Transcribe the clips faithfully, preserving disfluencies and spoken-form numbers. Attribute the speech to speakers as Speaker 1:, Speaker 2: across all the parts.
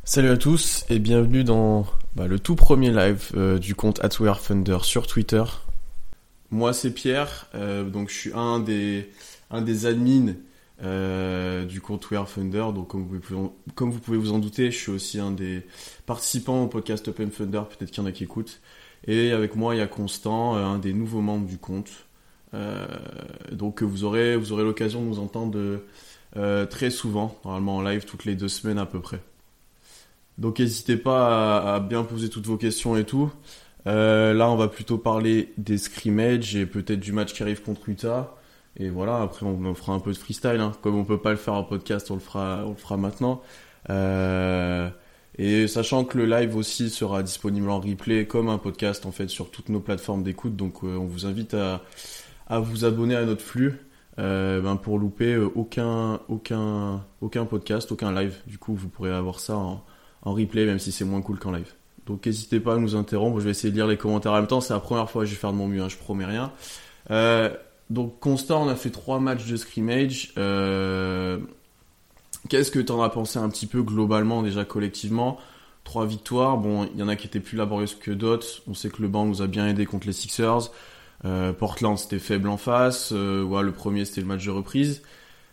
Speaker 1: Salut à tous et bienvenue dans bah, le tout premier live euh, du compte at We Are Thunder sur Twitter. Moi c'est Pierre, euh, donc je suis un des, un des admins euh, du compte We Are Thunder. Donc comme vous, pouvez, comme vous pouvez vous en douter, je suis aussi un des participants au podcast Open Thunder, peut-être qu'il y en a qui écoutent. Et avec moi il y a Constant, un des nouveaux membres du compte. Euh, donc vous aurez, vous aurez l'occasion de nous entendre de, euh, très souvent, normalement en live toutes les deux semaines à peu près. Donc n'hésitez pas à, à bien poser toutes vos questions et tout. Euh, là, on va plutôt parler des scrimmages et peut-être du match qui arrive contre Utah. Et voilà, après on, on fera un peu de freestyle. Hein. Comme on peut pas le faire en podcast, on le fera, on le fera maintenant. Euh, et sachant que le live aussi sera disponible en replay comme un podcast en fait sur toutes nos plateformes d'écoute. Donc euh, on vous invite à, à vous abonner à notre flux. Euh, ben pour louper euh, aucun, aucun, aucun podcast, aucun live. Du coup, vous pourrez avoir ça en en replay, même si c'est moins cool qu'en live. Donc n'hésitez pas à nous interrompre, je vais essayer de lire les commentaires en même temps, c'est la première fois que je vais faire de mon mieux, hein, je promets rien. Euh, donc Constant, on a fait trois matchs de scrimmage. Euh, qu'est-ce que t'en as pensé un petit peu globalement, déjà collectivement? Trois victoires, bon, il y en a qui étaient plus laborieuses que d'autres, on sait que le banc nous a bien aidé contre les Sixers. Euh, Portland c'était faible en face, euh, ouais, le premier c'était le match de reprise.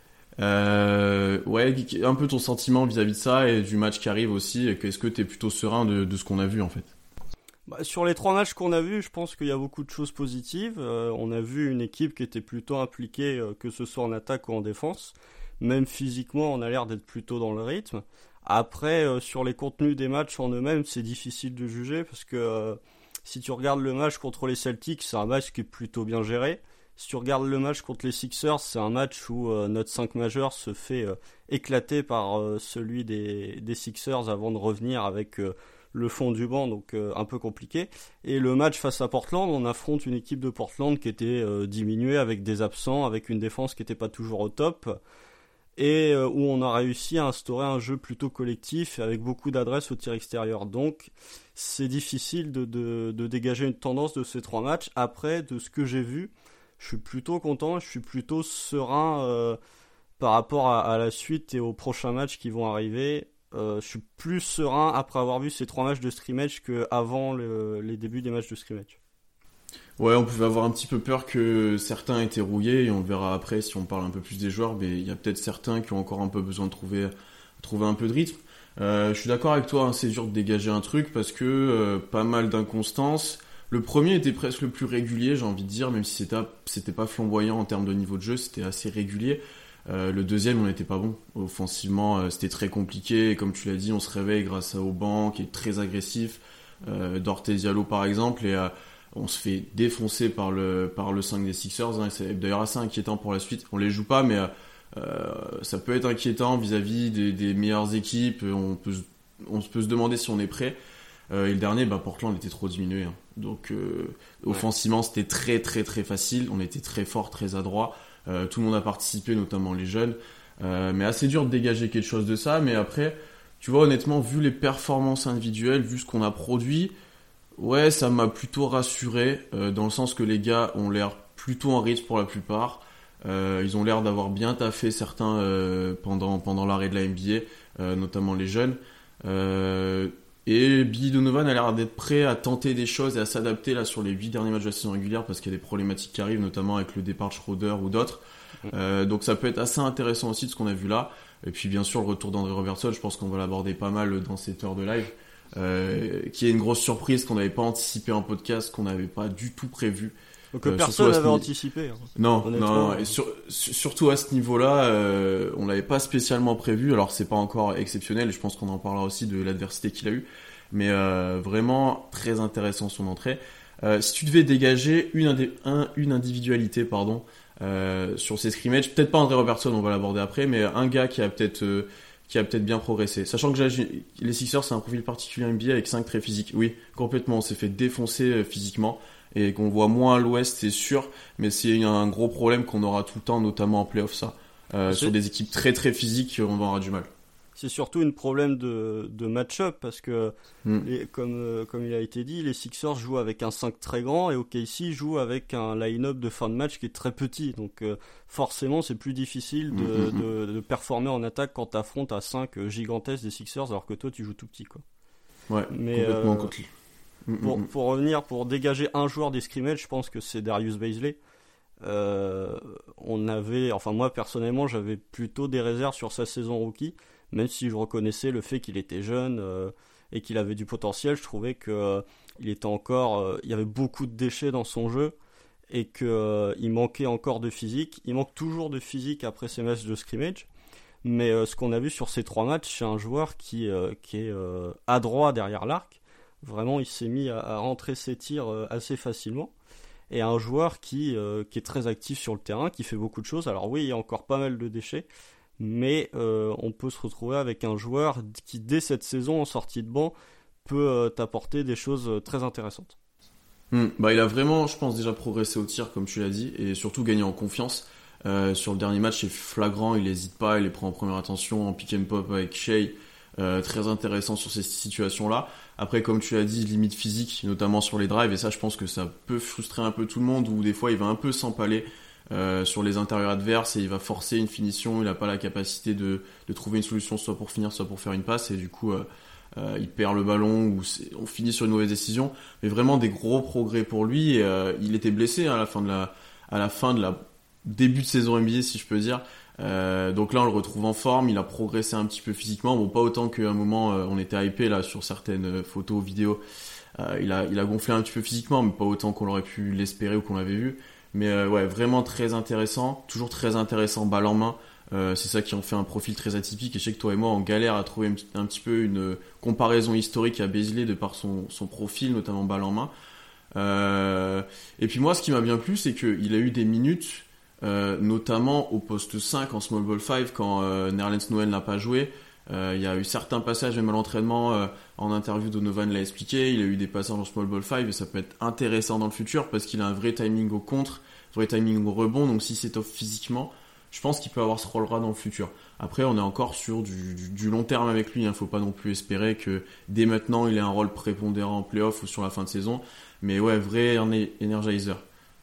Speaker 1: Euh, ouais, un peu ton sentiment vis-à-vis de ça et du match qui arrive aussi. Est-ce que t'es plutôt serein de, de ce qu'on a vu en fait?
Speaker 2: Bah, sur les trois matchs qu'on a vus, je pense qu'il y a beaucoup de choses positives. Euh, on a vu une équipe qui était plutôt impliquée, euh, que ce soit en attaque ou en défense. Même physiquement, on a l'air d'être plutôt dans le rythme. Après, euh, sur les contenus des matchs en eux-mêmes, c'est difficile de juger parce que euh, si tu regardes le match contre les Celtics, c'est un match qui est plutôt bien géré. Si tu regardes le match contre les Sixers, c'est un match où euh, notre cinq majeur se fait euh, éclater par euh, celui des, des Sixers avant de revenir avec euh, le fond du banc, donc euh, un peu compliqué. Et le match face à Portland, on affronte une équipe de Portland qui était euh, diminuée avec des absents, avec une défense qui n'était pas toujours au top, et euh, où on a réussi à instaurer un jeu plutôt collectif avec beaucoup d'adresse au tir extérieur. Donc c'est difficile de, de, de dégager une tendance de ces trois matchs. Après, de ce que j'ai vu, je suis plutôt content, je suis plutôt serein euh, par rapport à, à la suite et aux prochains matchs qui vont arriver. Euh, je suis plus serein après avoir vu ces trois matchs de scrimmage qu'avant le, les débuts des matchs de scrimmage.
Speaker 1: Ouais, on pouvait avoir un petit peu peur que certains étaient rouillés et on le verra après si on parle un peu plus des joueurs, mais il y a peut-être certains qui ont encore un peu besoin de trouver, trouver un peu de rythme. Euh, je suis d'accord avec toi, hein, c'est dur de dégager un truc parce que euh, pas mal d'inconstances. Le premier était presque le plus régulier, j'ai envie de dire, même si c'était, c'était pas flamboyant en termes de niveau de jeu, c'était assez régulier. Euh, le deuxième, on n'était pas bon. Offensivement, euh, c'était très compliqué. Et comme tu l'as dit, on se réveille grâce à Auban, qui est très agressif. Euh, Dorté Diallo, par exemple, et euh, on se fait défoncer par le, par le cinq des Sixers. Hein, c'est d'ailleurs assez inquiétant pour la suite. On les joue pas, mais euh, ça peut être inquiétant vis-à-vis des, des meilleures équipes. On peut, on peut se demander si on est prêt. Euh, et le dernier, bah, Portland était trop diminué. Hein. Donc, euh, ouais. Offensivement, c'était très, très, très facile. On était très fort, très adroit. Euh, tout le monde a participé, notamment les jeunes. Euh, mais assez dur de dégager quelque chose de ça. Mais après, tu vois, honnêtement, vu les performances individuelles, vu ce qu'on a produit, ouais, ça m'a plutôt rassuré. Euh, dans le sens que les gars ont l'air plutôt en rythme pour la plupart. Euh, ils ont l'air d'avoir bien taffé certains euh, pendant, pendant l'arrêt de la N B A, euh, notamment les jeunes. Euh, Et Billy Donovan a l'air d'être prêt à tenter des choses et à s'adapter là sur les huit derniers matchs de la saison régulière parce qu'il y a des problématiques qui arrivent, notamment avec le départ de Schroeder ou d'autres. Euh, donc ça peut être assez intéressant aussi de ce qu'on a vu là. Et puis bien sûr le retour d'André Robertson, je pense qu'on va l'aborder pas mal dans cette heure de live, euh, qui est une grosse surprise qu'on n'avait pas anticipé en podcast, qu'on n'avait pas du tout prévu.
Speaker 2: Que euh, personne n'avait anticipé. Hein.
Speaker 1: Non, non, et sur, surtout à ce niveau-là, euh, on l'avait pas spécialement prévu. Alors c'est pas encore exceptionnel, et je pense qu'on en parlera aussi de l'adversité qu'il a eu, mais euh, vraiment très intéressant son entrée. Euh, si tu devais dégager une, indé- un, une individualité, pardon, euh, sur ces scrimmages, peut-être pas André Robertson, on va l'aborder après, mais un gars qui a peut-être euh, qui a peut-être bien progressé. Sachant que j'ai, les Sixers, c'est un profil particulier N B A avec cinq traits physiques. Oui, complètement, on s'est fait défoncer euh, physiquement. Et qu'on voit moins à l'ouest, c'est sûr, mais c'est un gros problème qu'on aura tout le temps, notamment en play-off, ça. Euh, sur des équipes très très physiques, on aura du mal.
Speaker 2: c'est surtout un problème de, de match-up parce que,
Speaker 1: mm.
Speaker 2: les, comme, euh, comme il a été dit, les Sixers jouent avec un cinq très grand et O K C joue avec un line-up de fin de match qui est très petit. Donc euh, forcément, c'est plus difficile de,
Speaker 1: mm.
Speaker 2: de, de performer en attaque quand tu affrontes à cinq gigantesques des Sixers alors que toi, tu joues tout petit, quoi.
Speaker 1: Ouais,
Speaker 2: Mais,
Speaker 1: complètement.
Speaker 2: euh,
Speaker 1: Contre...
Speaker 2: pour, pour revenir, pour dégager un joueur des scrimmages, je pense que c'est Darius Bazley. Euh, on avait, enfin moi personnellement, j'avais plutôt des réserves sur sa saison rookie, même si je reconnaissais le fait qu'il était jeune euh, et qu'il avait du potentiel. Je trouvais que euh, il était encore, euh, il y avait beaucoup de déchets dans son jeu et que euh, il manquait encore de physique. Il manque toujours de physique après ces matchs de scrimmage. Mais euh, ce qu'on a vu sur ces trois matchs, c'est un joueur qui, euh, qui est euh, adroit derrière l'arc. Vraiment, il s'est mis à, à rentrer ses tirs euh, assez facilement. Et un joueur qui, euh, qui est très actif sur le terrain, qui fait beaucoup de choses. Alors oui, il y a encore pas mal de déchets, mais euh, on peut se retrouver avec un joueur qui, dès cette saison, en sortie de banc, peut euh, t'apporter des choses très intéressantes.
Speaker 1: Mmh. Bah, il a vraiment, je pense, déjà progressé au tir, comme tu l'as dit, et surtout gagné en confiance. Euh, sur le dernier match, c'est flagrant, il n'hésite pas, il les prend en première attention, en pick and pop avec Shai. Euh, très intéressant sur ces situations-là. Après, comme tu l'as dit, limite physique, notamment sur les drives, et ça, je pense que ça peut frustrer un peu tout le monde, où des fois, il va un peu s'empaler euh, sur les intérieurs adverses, et il va forcer une finition, il n'a pas la capacité de, de trouver une solution, soit pour finir, soit pour faire une passe, et du coup, euh, euh, il perd le ballon, ou on finit sur une mauvaise décision. Mais vraiment, des gros progrès pour lui, et euh, il était blessé hein, à la fin de la, à la fin de la début de saison N B A, si je peux dire. Euh, donc là on le retrouve en forme, il a progressé un petit peu physiquement, bon pas autant qu'à un moment euh, on était hypé là sur certaines photos, vidéos, euh, il a il a gonflé un petit peu physiquement, mais pas autant qu'on l'aurait pu l'espérer ou qu'on l'avait vu. Mais euh, ouais, vraiment très intéressant, toujours très intéressant, balle en main. Euh, c'est ça qui en fait un profil très atypique. Et je sais que toi et moi on galère à trouver un petit peu une comparaison historique à Bazley de par son son profil, notamment balle en main. Euh, et puis moi ce qui m'a bien plu, c'est qu'il a eu des minutes. Euh, notamment au poste cinq en small ball cinq quand euh, Nerlens Noel n'a pas joué. Euh, il y a eu certains passages même à l'entraînement, euh, en interview Donovan l'a expliqué, il a eu des passages en small ball cinq et ça peut être intéressant dans le futur parce qu'il a un vrai timing au contre, vrai timing au rebond, donc si c'est off physiquement, je pense qu'il peut avoir ce rôle-là dans le futur. Après on est encore sur du, du, du long terme avec lui, il hein, faut pas non plus espérer que dès maintenant il ait un rôle prépondérant en playoff ou sur la fin de saison, mais ouais, vrai energizer.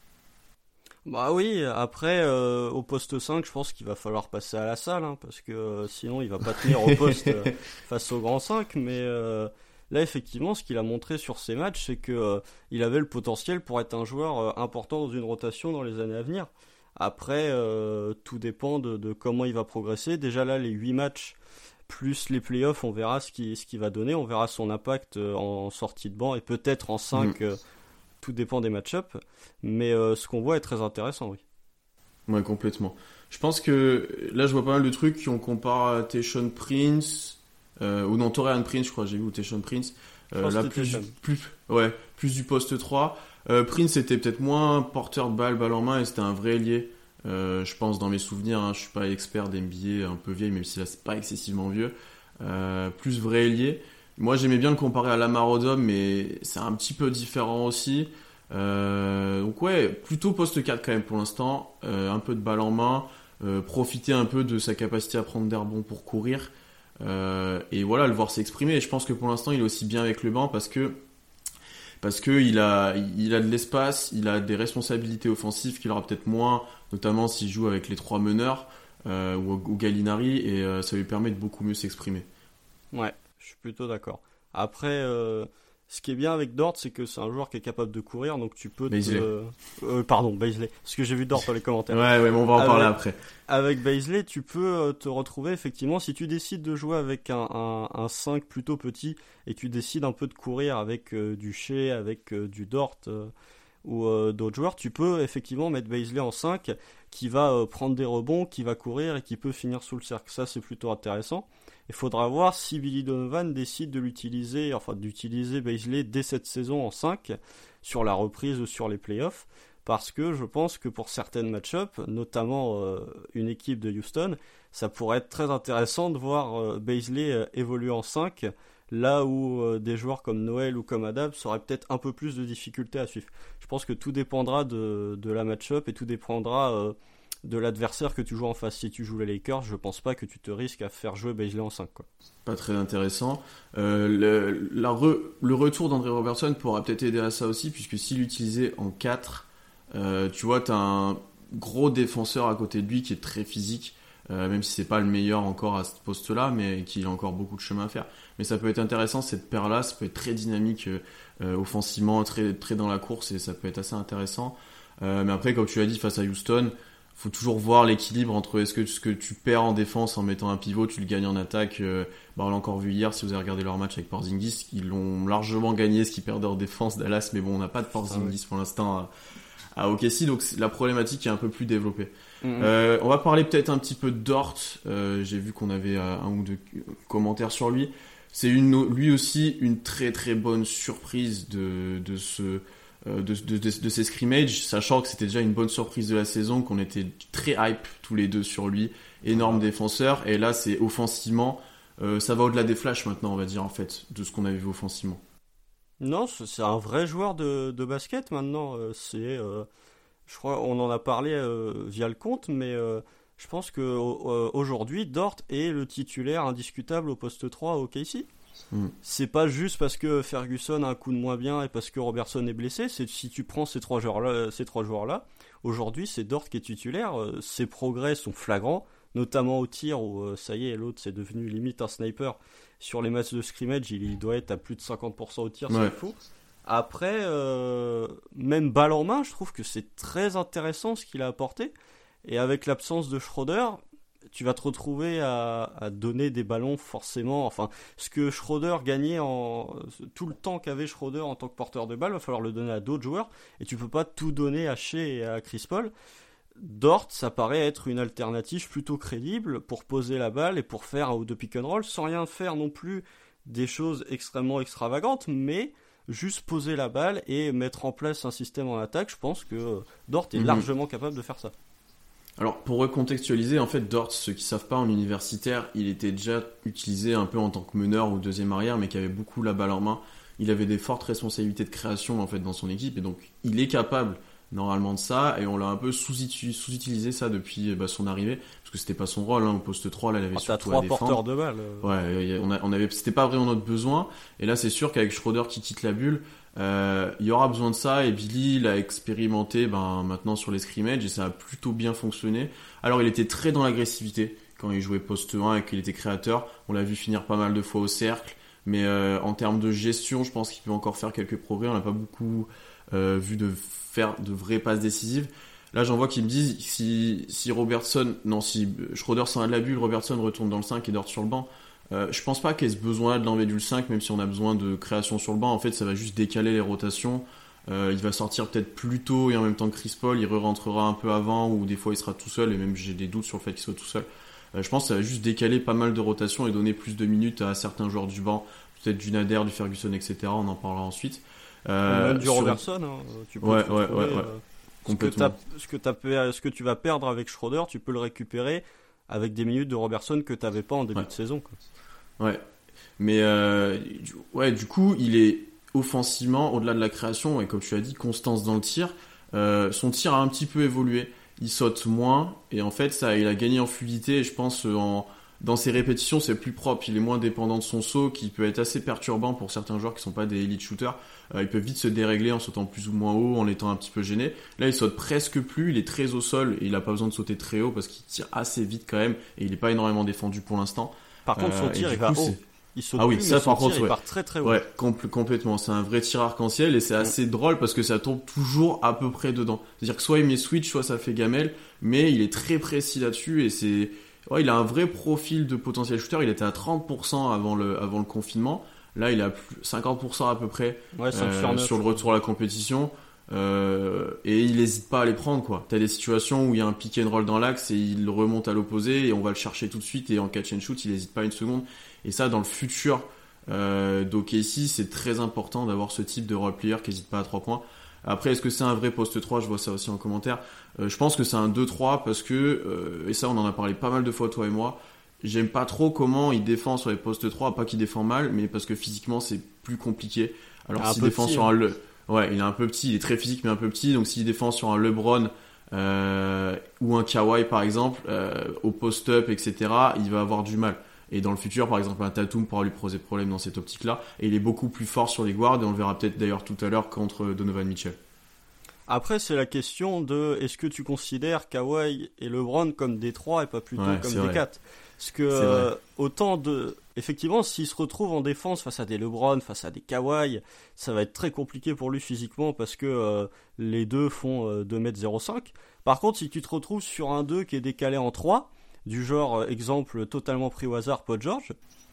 Speaker 2: Bah oui, après, euh, au poste cinq, je pense qu'il va falloir passer à la salle, hein, parce que euh, sinon il va pas tenir au poste euh, face au grand cinq, mais euh, là effectivement ce qu'il a montré sur ces matchs, c'est que euh, il avait le potentiel pour être un joueur euh, important dans une rotation dans les années à venir. Après, euh, tout dépend de, de comment il va progresser. Déjà là, les huit matchs, plus les playoffs, on verra ce qu'il ce qu'il va donner, on verra son impact euh, en, en sortie de banc, et peut-être en cinq... Mmh. Euh, tout dépend des match-ups, mais euh, ce qu'on voit est très intéressant, oui.
Speaker 1: Ouais, complètement. Je pense que là, je vois pas mal de trucs qui on compare à Tayshaun Prince, euh, ou non, Taurean Prince, je crois, j'ai vu, ou Tayshaun Prince. Euh, là, plus, plus, ouais, plus du poste trois. Euh, Prince était peut-être moins porteur de balle, balle en main, et c'était un vrai ailier. Euh, je pense, dans mes souvenirs, hein, je suis pas expert d'N B A un peu vieille, même si là, c'est pas excessivement vieux. Euh, plus vrai ailier. Moi, j'aimais bien le comparer à Lamar Odom, mais c'est un petit peu différent aussi. Euh, donc ouais, plutôt poste quatre quand même pour l'instant. Euh, un peu de balle en main, euh, profiter un peu de sa capacité à prendre des rebonds pour courir. Euh, et voilà, le voir s'exprimer. Et je pense que pour l'instant, il est aussi bien avec le banc parce que parce que il a il a de l'espace, il a des responsabilités offensives qu'il aura peut-être moins, notamment s'il joue avec les trois meneurs euh, ou, ou Gallinari, et euh, ça lui permet de beaucoup mieux s'exprimer.
Speaker 2: Ouais. Je suis plutôt d'accord. Après, euh, ce qui est bien avec Dort, c'est que c'est un joueur qui est capable de courir, donc tu peux...
Speaker 1: Bazley.
Speaker 2: Te... Euh, pardon, Bazley. Parce que j'ai vu Dort dans les commentaires.
Speaker 1: Ouais, ouais, mais on va en
Speaker 2: avec,
Speaker 1: parler après.
Speaker 2: Avec Bazley, tu peux te retrouver, effectivement, si tu décides de jouer avec un, un, un cinq plutôt petit, et tu décides un peu de courir avec euh, du Shai, avec euh, du Dort... Euh, ou euh, d'autres joueurs, tu peux effectivement mettre Bazley en cinq, qui va euh, prendre des rebonds, qui va courir et qui peut finir sous le cercle. Ça, c'est plutôt intéressant. Il faudra voir si Billy Donovan décide de l'utiliser, enfin d'utiliser Bazley dès cette saison en cinq, sur la reprise ou sur les playoffs, parce que je pense que pour certaines match-ups, notamment euh, une équipe de Houston, ça pourrait être très intéressant de voir euh, Bazley euh, évoluer en cinq, là où euh, des joueurs comme Noel ou comme Adams auraient peut-être un peu plus de difficultés à suivre. Je pense que tout dépendra de, de la match-up et tout dépendra euh, de l'adversaire que tu joues en face. Si tu joues les Lakers, je pense pas que tu te risques à faire jouer Beasley en cinq, quoi.
Speaker 1: Pas très intéressant. Euh, le, la re, le retour d'André Robertson pourra peut-être aider à ça aussi, puisque s'il l'utilisait en quatre, euh, tu vois, t'as un gros défenseur à côté de lui qui est très physique, euh, même si c'est pas le meilleur encore à ce poste-là, mais qu'il a encore beaucoup de chemin à faire. Mais ça peut être intéressant, cette paire-là, ça peut être très dynamique euh, offensivement, très, très dans la course, et ça peut être assez intéressant. Euh, mais après, comme tu l'as dit, face à Houston, faut toujours voir l'équilibre entre est-ce que ce que tu perds en défense en mettant un pivot, tu le gagnes en attaque. Euh, bah on l'a encore vu hier, si vous avez regardé leur match avec Porzingis, ils l'ont largement gagné, ce qu'ils perdaient en défense, Dallas, mais bon, on n'a pas de Porzingis ah, pour l'instant à, à O K C, donc la problématique est un peu plus développée. Mm-hmm. Euh, on va parler peut-être un petit peu de Dort. Euh, j'ai vu qu'on avait euh, un ou deux commentaires sur lui. C'est une, lui aussi une très très bonne surprise de, de ce... De, de, de, de ces scrimmages, sachant que c'était déjà une bonne surprise de la saison, qu'on était très hype tous les deux sur lui, énorme défenseur, et là c'est offensivement, euh, ça va au-delà des flashs maintenant, on va dire, en fait, de ce qu'on avait vu offensivement.
Speaker 2: Non, c'est un vrai joueur de, de basket maintenant, euh, c'est, euh, je crois, on en a parlé euh, via le compte, mais euh, je pense que euh, aujourd'hui, Dort est le titulaire indiscutable au poste trois au O K C. Mm. C'est pas juste parce que Ferguson a un coup de moins bien et parce que Robertson est blessé. C'est si tu prends ces trois joueurs-là, ces trois joueurs-là, aujourd'hui c'est Dort qui est titulaire. Ses progrès sont flagrants, notamment au tir où ça y est, l'autre c'est devenu limite un sniper. Sur les matchs de scrimmage, il doit être à plus de cinquante pour cent au tir, ouais. C'est fou. Après, euh, même balle en main, je trouve que c'est très intéressant ce qu'il a apporté. Et avec l'absence de Schroeder, tu vas te retrouver à, à donner des ballons forcément, enfin, ce que Schroeder gagnait en tout le temps qu'avait Schroeder en tant que porteur de balle, va falloir le donner à d'autres joueurs, et tu peux pas tout donner à Shea et à Chris Paul. Dort, ça paraît être une alternative plutôt crédible pour poser la balle et pour faire un ou deux pick and roll, sans rien faire non plus des choses extrêmement extravagantes, mais juste poser la balle et mettre en place un système en attaque. Je pense que Dort est mmh. largement capable de faire ça.
Speaker 1: Alors, pour recontextualiser, en fait, Dort, ceux qui savent pas, en universitaire, il était déjà utilisé un peu en tant que meneur ou deuxième arrière, mais qui avait beaucoup la balle en main. Il avait des fortes responsabilités de création, en fait, dans son équipe, et donc, il est capable, normalement, de ça, et on l'a un peu sous-utilisé ça depuis bah, son arrivée, parce que c'était pas son rôle, hein, au poste trois, là, il avait
Speaker 2: ah,
Speaker 1: surtout
Speaker 2: t'as
Speaker 1: à défendre.
Speaker 2: trois porteurs de balle.
Speaker 1: Ouais, on, a, on avait, c'était pas vraiment notre besoin, et là, c'est sûr qu'avec Schroeder qui quitte la bulle, Euh, il y aura besoin de ça, et Billy l'a expérimenté ben, maintenant sur les scrimmages et ça a plutôt bien fonctionné. Alors il était très dans l'agressivité quand il jouait poste un et qu'il était créateur, on l'a vu finir pas mal de fois au cercle, mais euh, en termes de gestion je pense qu'il peut encore faire quelques progrès. On n'a pas beaucoup euh, vu de faire de vraies passes décisives. Là j'en vois qui me disent si, si Robertson non si Schroeder s'en va de la bulle, Robertson retourne dans le cinq et Dort sur le banc. Euh, je pense pas qu'il y ait ce besoin-là de l'enlever du cinq, même si on a besoin de création sur le banc. En fait, ça va juste décaler les rotations. Euh, il va sortir peut-être plus tôt et en même temps que Chris Paul, il re-rentrera un peu avant ou des fois il sera tout seul, et même j'ai des doutes sur le fait qu'il soit tout seul. Euh, je pense que ça va juste décaler pas mal de rotations et donner plus de minutes à certains joueurs du banc, peut-être du Nader, du Ferguson, et cetera. On en parlera ensuite.
Speaker 2: Euh, même du sur... Robertson, hein. Tu peux
Speaker 1: ouais,
Speaker 2: te
Speaker 1: ouais,
Speaker 2: retrouver,
Speaker 1: ouais, ouais.
Speaker 2: Euh, complètement. Ce que, t'as, ce, que t'as, ce que tu vas perdre avec Schroeder, tu peux le récupérer avec des minutes de Robertson que t'avais pas en début
Speaker 1: ouais.
Speaker 2: de saison, quoi.
Speaker 1: Ouais, mais euh, ouais, du coup, il est offensivement, au-delà de la création, et comme tu as dit, constance dans le tir. Euh, son tir a un petit peu évolué. Il saute moins, et en fait, ça, il a gagné en fluidité. Et je pense en dans ses répétitions, c'est plus propre. Il est moins dépendant de son saut, qui peut être assez perturbant pour certains joueurs qui sont pas des elite shooters. Euh, il peut vite se dérégler en sautant plus ou moins haut, en étant un petit peu gêné. Là, il saute presque plus. Il est très au sol, et il a pas besoin de sauter très haut parce qu'il tire assez vite quand même, et il est pas énormément défendu pour l'instant.
Speaker 2: Par contre, son tir, euh, il va coup, haut. Il saute
Speaker 1: ah oui,
Speaker 2: plus,
Speaker 1: ça,
Speaker 2: mais son
Speaker 1: par
Speaker 2: tir,
Speaker 1: contre,
Speaker 2: il
Speaker 1: ouais.
Speaker 2: part très très haut.
Speaker 1: Ouais, compl- complètement. C'est un vrai tir arc-en-ciel et c'est assez mmh. drôle parce que ça tombe toujours à peu près dedans. C'est-à-dire que soit il met switch, soit ça fait gamelle, mais il est très précis là-dessus et c'est... Ouais, il a un vrai profil de potentiel shooter. Il était à trente pour cent avant le, avant le confinement. Là, il a plus cinquante pour cent à peu près
Speaker 2: ouais,
Speaker 1: euh, sur le retour à la compétition. Euh, et il n'hésite pas à les prendre, quoi. T'as des situations où il y a un pick and roll dans l'axe et il remonte à l'opposé et on va le chercher tout de suite, et en catch and shoot il n'hésite pas une seconde. Et ça, dans le futur euh, d'O K C, c'est très important d'avoir ce type de role player qui n'hésite pas à trois points. Après, est-ce que c'est un vrai poste trois? Je vois ça aussi en commentaire. Euh, je pense que c'est un deux trois parce que, euh, et ça on en a parlé pas mal de fois toi et moi, j'aime pas trop comment il défend sur les postes trois, pas qu'il défend mal, mais parce que physiquement c'est plus compliqué. Alors
Speaker 2: ah,
Speaker 1: s'il défend petit, sur hein. un... Le... Ouais, il est un peu petit, il est très physique mais un peu petit, donc s'il défend sur un LeBron euh, ou un Kawhi par exemple, euh, au post-up, et cetera, il va avoir du mal. Et dans le futur, par exemple, un Tatum pourra lui poser problème dans cette optique-là. Et il est beaucoup plus fort sur les guards, et on le verra peut-être d'ailleurs tout à l'heure contre Donovan Mitchell.
Speaker 2: Après, c'est la question de est-ce que tu considères Kawhi et LeBron comme des trois et pas plutôt
Speaker 1: Ouais,
Speaker 2: comme
Speaker 1: c'est
Speaker 2: des
Speaker 1: vrai.
Speaker 2: quatre. Parce que euh, autant de... Effectivement, s'il se retrouve en défense face à des LeBron, face à des Kawhi, ça va être très compliqué pour lui physiquement parce que euh, les deux font euh, deux mètres zéro cinq. Par contre, si tu te retrouves sur un deux qui est décalé en trois, du genre, euh, exemple totalement pris au hasard, Paul George,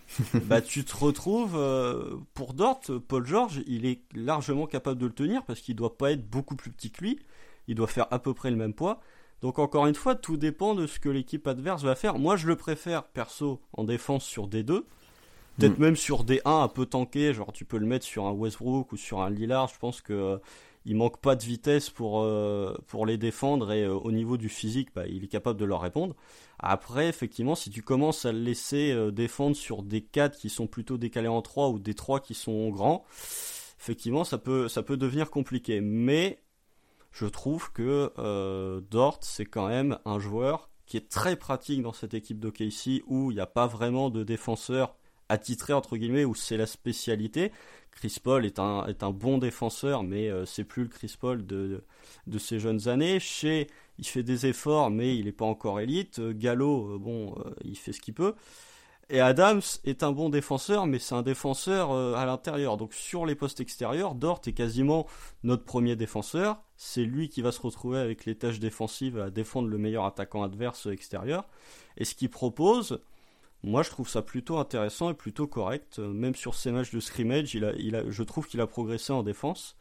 Speaker 2: bah tu te retrouves euh, pour Dort, Paul George, il est largement capable de le tenir parce qu'il doit pas être beaucoup plus petit que lui, il doit faire à peu près le même poids. Donc encore une fois, tout dépend de ce que l'équipe adverse va faire. Moi, je le préfère perso en défense sur D deux, peut-être mm. même sur D un un peu tanké, genre tu peux le mettre sur un Westbrook ou sur un Lillard. Je pense que euh, il manque pas de vitesse pour euh, pour les défendre et euh, au niveau du physique, bah, il est capable de leur répondre. Après, effectivement, si tu commences à le laisser euh, défendre sur des quatre qui sont plutôt décalés en trois ou des trois qui sont grands, effectivement, ça peut, ça peut devenir compliqué. Mais je trouve que euh, Dort, c'est quand même un joueur qui est très pratique dans cette équipe d'O K C où il n'y a pas vraiment de défenseur attitré, entre guillemets, où c'est la spécialité. Chris Paul est un, est un bon défenseur, mais euh, c'est plus le Chris Paul de, de, de ses jeunes années. Chez il fait des efforts, mais il n'est pas encore élite. Gallo, euh, bon, euh, il fait ce qu'il peut. Et Adams est un bon défenseur, mais c'est un défenseur euh, à l'intérieur. Donc sur les postes extérieurs, Dort est quasiment notre premier défenseur. C'est lui qui va se retrouver avec les tâches défensives à défendre le meilleur attaquant adverse extérieur. Et ce qu'il propose, moi je trouve ça plutôt intéressant et plutôt correct. Même sur ces matchs de scrimmage, il a, il a, je trouve qu'il a progressé en défense.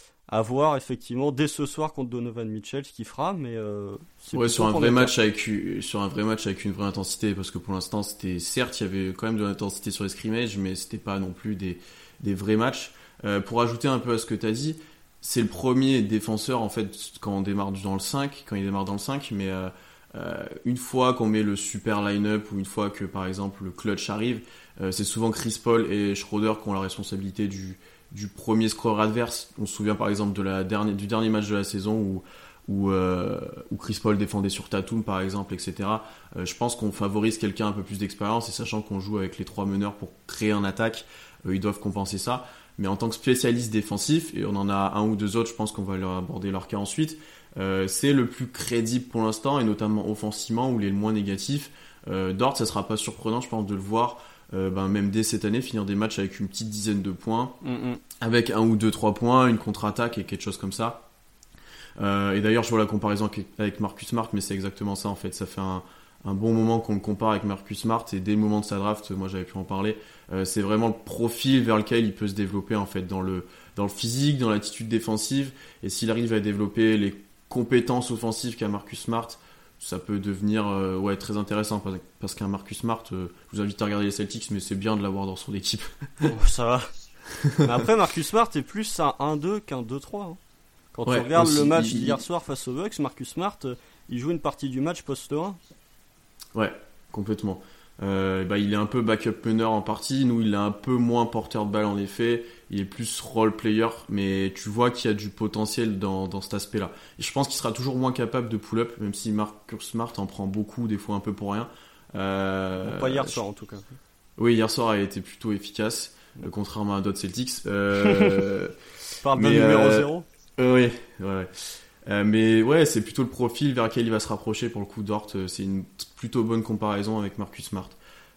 Speaker 2: À voir effectivement dès ce soir contre Donovan Mitchell ce qu'il fera, mais euh, c'est
Speaker 1: ouais, sur un vrai
Speaker 2: être...
Speaker 1: match avec sur un vrai match avec une vraie intensité, parce que pour l'instant c'était certes il y avait quand même de l'intensité sur les scrimmages, mais c'était pas non plus des des vrais matchs. Euh, pour ajouter un peu à ce que t'as dit, c'est le premier défenseur en fait quand on démarre dans le cinq, quand il démarre dans le cinq, mais euh, euh, une fois qu'on met le super line-up ou une fois que par exemple le clutch arrive, euh, c'est souvent Chris Paul et Schroeder qui ont la responsabilité du du premier scoreur adverse. On se souvient par exemple de la dernière, du dernier match de la saison où, où, euh, où Chris Paul défendait sur Tatum par exemple, et cetera. Euh, je pense qu'on favorise quelqu'un un peu plus d'expérience et sachant qu'on joue avec les trois meneurs pour créer un attaque, euh, ils doivent compenser ça. Mais en tant que spécialiste défensif, et on en a un ou deux autres, je pense qu'on va leur aborder leur cas ensuite, euh, c'est le plus crédible pour l'instant et notamment offensivement où il est le moins négatif. Euh, Dort, ça sera pas surprenant je pense de le voir Euh, ben, même dès cette année, finir des matchs avec une petite dizaine de points, mm-hmm. avec un ou deux, trois points, une contre-attaque et quelque chose comme ça. Euh, et d'ailleurs, je vois la comparaison avec Marcus Smart, mais c'est exactement ça en fait. Ça fait un, un bon moment qu'on le compare avec Marcus Smart et dès le moment de sa draft, moi j'avais pu en parler. Euh, c'est vraiment le profil vers lequel il peut se développer en fait dans le dans le physique, dans l'attitude défensive. Et s'il arrive à développer les compétences offensives qu'a Marcus Smart, ça peut devenir euh, ouais, très intéressant parce qu'un Marcus Smart, euh, je vous invite à regarder les Celtics, mais c'est bien de l'avoir dans son équipe.
Speaker 2: Oh, ça va. Mais après, Marcus Smart est plus un un deux qu'un deux trois. Hein. Quand ouais, tu regardes aussi, le match il, d'hier il... soir face aux Bucks, Marcus Smart, il joue une partie du match poste un.
Speaker 1: Ouais, complètement. Euh, bah, il est un peu backup meneur en partie. Nous, il est un peu moins porteur de balle en effet. Il est plus role player, mais tu vois qu'il y a du potentiel dans, dans cet aspect-là. Et je pense qu'il sera toujours moins capable de pull-up, même si Marcus Smart en prend beaucoup, des fois un peu pour rien.
Speaker 2: Euh, pas hier soir en tout cas.
Speaker 1: Oui, hier soir a été plutôt efficace, euh, contrairement à d'autres Celtics. Euh,
Speaker 2: Par d'un numéro euh, zéro
Speaker 1: euh, Oui, ouais. ouais. Euh, mais ouais, c'est plutôt le profil vers lequel il va se rapprocher pour le coup. Dort, c'est une plutôt bonne comparaison avec Marcus Smart.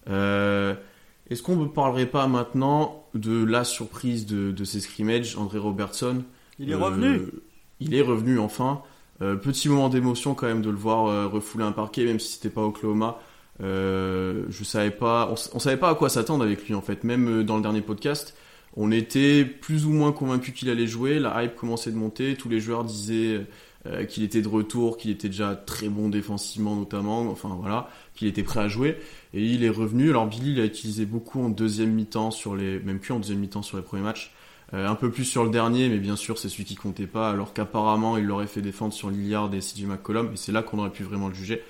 Speaker 1: Euh, est-ce qu'on ne parlerait pas maintenant de la surprise de, de ces scrimmages, André Robertson?
Speaker 2: Il est euh, revenu.
Speaker 1: Il est revenu enfin. Euh, petit moment d'émotion quand même de le voir euh, refouler un parquet, même si c'était pas Oklahoma. Euh, je savais pas, on, on savait pas à quoi s'attendre avec lui en fait. Même dans le dernier podcast, on était plus ou moins convaincus qu'il allait jouer. La hype commençait de monter. Tous les joueurs disaient euh, qu'il était de retour, qu'il était déjà très bon défensivement notamment. Enfin voilà, qu'il était prêt à jouer. Et il est revenu. Alors Billy l'a utilisé beaucoup en deuxième mi-temps sur les, même plus en deuxième mi-temps sur les premiers matchs. Euh, un peu plus sur le dernier, mais bien sûr c'est celui qui comptait pas. Alors qu'apparemment il l'aurait fait défendre sur Lillard et C J McCollum. Et c'est là qu'on aurait pu vraiment le juger.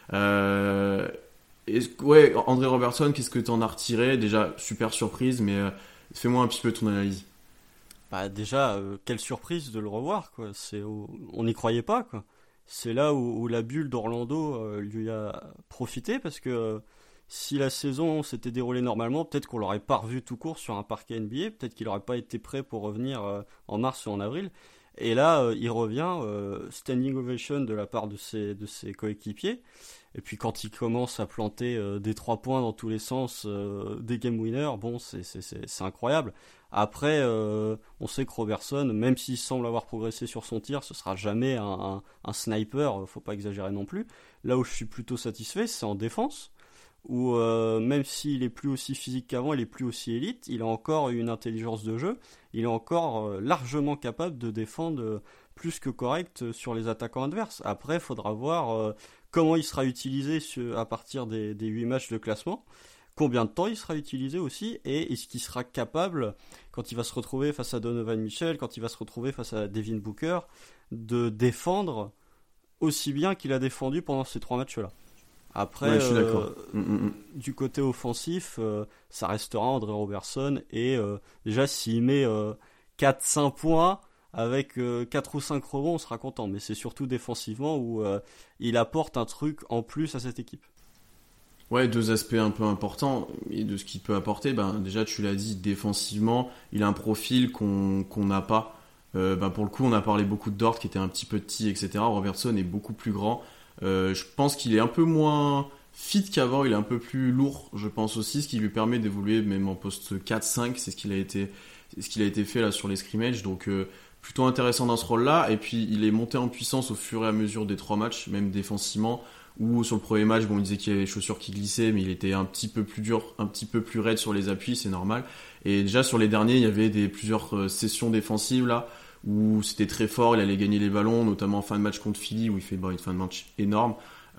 Speaker 1: Euh, et, ouais, André Robertson, qu'est-ce que t'en as retiré? Déjà super surprise, mais euh, fais-moi un petit peu ton analyse.
Speaker 2: Bah déjà, euh, quelle surprise de le revoir, quoi. C'est, on n'y croyait pas, quoi. c'est là où, où la bulle d'Orlando euh, lui a profité, parce que euh, si la saison s'était déroulée normalement, peut-être qu'on l'aurait pas revu tout court sur un parquet N B A, peut-être qu'il n'aurait pas été prêt pour revenir euh, en mars ou en avril. Et là, euh, il revient, euh, standing ovation de la part de ses, de ses coéquipiers. Et puis quand il commence à planter euh, des trois points dans tous les sens, euh, des game winners, bon, c'est, c'est, c'est, c'est incroyable. Après, euh, on sait que Robertson, même s'il semble avoir progressé sur son tir, ce sera jamais un, un, un sniper, faut pas exagérer non plus. Là où je suis plutôt satisfait, c'est en défense, où euh, même s'il est plus aussi physique qu'avant, il est plus aussi élite, il a encore une intelligence de jeu, il est encore euh, largement capable de défendre euh, plus que correct sur les attaquants adverses. Après, il faudra voir euh, comment il sera utilisé sur, à partir des, des huit matchs de classement, combien de temps il sera utilisé aussi, et est-ce qu'il sera capable, quand il va se retrouver face à Donovan Mitchell, quand il va se retrouver face à Devin Booker, de défendre aussi bien qu'il a défendu pendant ces trois matchs-là. Après,
Speaker 1: ouais, je suis
Speaker 2: euh,
Speaker 1: d'accord. Mmh,
Speaker 2: du côté offensif, euh, ça restera André Robertson, et euh, déjà s'il met euh, quatre cinq points avec euh, quatre ou cinq rebonds, on sera content, mais c'est surtout défensivement où euh, il apporte un truc en plus à cette équipe.
Speaker 1: Ouais, deux aspects un peu importants, et de ce qu'il peut apporter, ben, déjà tu l'as dit, défensivement, il a un profil qu'on qu'on n'a pas. Euh, ben, pour le coup, on a parlé beaucoup de Dort qui était un petit peu petit, et cetera. Robertson est beaucoup plus grand. Euh, je pense qu'il est un peu moins fit qu'avant, il est un peu plus lourd, je pense aussi, ce qui lui permet d'évoluer même en poste quatre cinq, c'est ce qu'il a été, c'est ce qu'il a été fait là sur les scrimmages, donc euh, plutôt intéressant dans ce rôle-là. Et puis il est monté en puissance au fur et à mesure des trois matchs, même défensivement, où sur le premier match, bon, on disait qu'il y avait les chaussures qui glissaient, mais il était un petit peu plus dur, un petit peu plus raide sur les appuis, c'est normal. Et déjà sur les derniers, il y avait des, plusieurs euh, sessions défensives là, où c'était très fort, il allait gagner les ballons, notamment en fin de match contre Philly, où il fait bon, une fin de match énorme.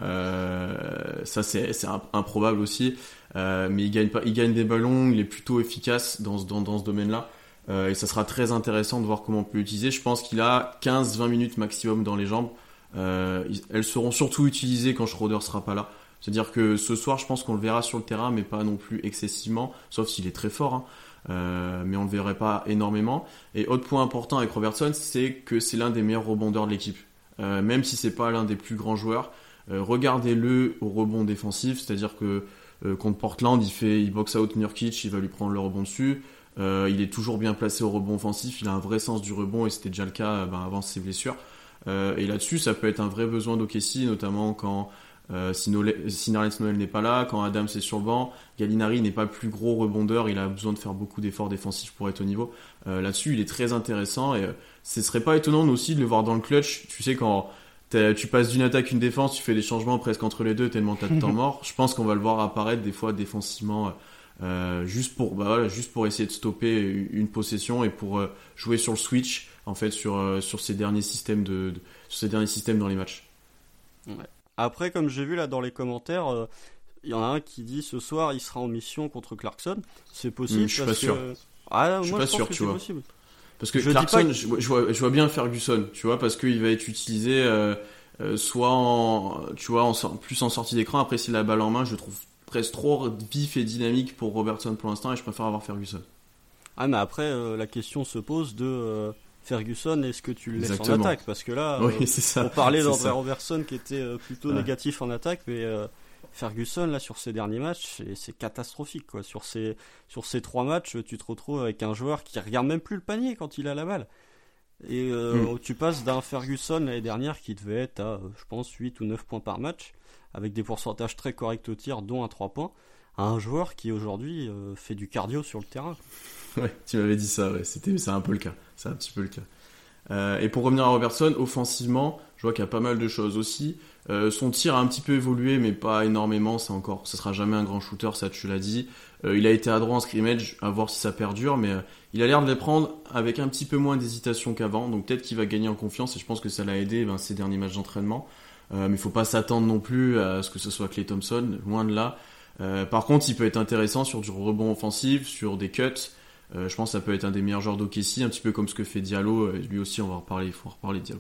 Speaker 1: Euh, ça c'est, c'est improbable aussi, euh, mais il gagne, pas, il gagne des ballons, il est plutôt efficace dans ce, dans, dans ce domaine-là. Euh, et ça sera très intéressant de voir comment on peut l'utiliser. Je pense qu'il a quinze vingt minutes maximum dans les jambes. Euh, elles seront surtout utilisées quand Schroeder sera pas là. C'est-à-dire que ce soir, je pense qu'on le verra sur le terrain, mais pas non plus excessivement, sauf s'il est très fort, hein. Euh, mais on le verrait pas énormément. Et autre point important avec Robertson, c'est que c'est l'un des meilleurs rebondeurs de l'équipe. Euh, même si c'est pas l'un des plus grands joueurs, euh, regardez-le au rebond défensif, c'est-à-dire que euh, contre Portland, il fait, il box out Nurkic, il va lui prendre le rebond dessus. Euh, il est toujours bien placé au rebond offensif, il a un vrai sens du rebond et c'était déjà le cas ben, avant ses blessures. Euh, et là-dessus, ça peut être un vrai besoin d'O K C, notamment quand euh, si, Nole- si Nerlens Noel n'est pas là, quand Adams est sur le banc. Gallinari n'est pas le plus gros rebondeur, il a besoin de faire beaucoup d'efforts défensifs pour être au niveau. Euh, là-dessus, il est très intéressant et euh, ce serait pas étonnant aussi de le voir dans le clutch. Tu sais, quand tu passes d'une attaque une défense, tu fais des changements presque entre les deux tellement t'as de temps mort. Je pense qu'on va le voir apparaître des fois défensivement. Euh, juste pour bah voilà, juste pour essayer de stopper une possession et pour euh, jouer sur le switch en fait sur euh, sur ces derniers systèmes de, de sur ces derniers systèmes dans les matchs.
Speaker 2: Ouais. Après, comme j'ai vu là dans les commentaires, il euh, y en a un qui dit ce soir il sera en mission contre Clarkson. C'est possible.
Speaker 1: Mmh, je suis
Speaker 2: parce
Speaker 1: pas sûr.
Speaker 2: Que... Ah,
Speaker 1: je suis
Speaker 2: moi,
Speaker 1: pas
Speaker 2: je pense
Speaker 1: sûr,
Speaker 2: que
Speaker 1: tu
Speaker 2: c'est
Speaker 1: vois.
Speaker 2: Possible.
Speaker 1: Parce que
Speaker 2: je
Speaker 1: Clarkson,
Speaker 2: que...
Speaker 1: je, je, vois, je vois bien Ferguson, tu vois, parce qu'il va être utilisé euh, euh, soit en, tu vois, en, plus en sortie d'écran. Après, s'il a la balle en main, je trouve presque trop vif et dynamique pour Robertson pour l'instant et je préfère avoir Ferguson.
Speaker 2: Ah, mais après, euh, la question se pose de euh, Ferguson, est-ce que tu le laisses
Speaker 1: Exactement.
Speaker 2: en attaque? Parce que là,
Speaker 1: oui,
Speaker 2: euh,
Speaker 1: c'est ça.
Speaker 2: on parlait
Speaker 1: c'est
Speaker 2: d'André
Speaker 1: ça.
Speaker 2: Robertson qui était euh, plutôt ouais. négatif en attaque, mais euh, Ferguson, là, sur ses derniers matchs, c'est, c'est catastrophique, quoi. Sur ces, sur ces trois matchs, tu te retrouves avec un joueur qui regarde même plus le panier quand il a la balle. Et euh, mm. tu passes d'un Ferguson l'année dernière qui devait être à, je pense, huit ou neuf points par match, avec des pourcentages très corrects au tir, dont un trois points, à un joueur qui aujourd'hui euh, fait du cardio sur le terrain.
Speaker 1: Ouais, tu m'avais dit ça, ouais. C'était, c'est un peu le cas. C'est un petit peu le cas. Euh, et pour revenir à Robertson, offensivement, je vois qu'il y a pas mal de choses aussi. Euh, son tir a un petit peu évolué, mais pas énormément. C'est encore, ça sera jamais un grand shooter, ça tu l'as dit. Euh, il a été adroit en scrimmage, à voir si ça perdure, mais euh, il a l'air de les prendre avec un petit peu moins d'hésitation qu'avant. Donc peut-être qu'il va gagner en confiance et je pense que ça l'a aidé ben, ces derniers matchs d'entraînement. Euh, mais il faut pas s'attendre non plus à ce que ce soit Klay Thompson, loin de là. Euh, par contre, il peut être intéressant sur du rebond offensif, sur des cuts. Euh, je pense que ça peut être un des meilleurs joueurs d'O K C, un petit peu comme ce que fait Diallo. Euh, lui aussi, on va en reparler, il faut en reparler de Diallo.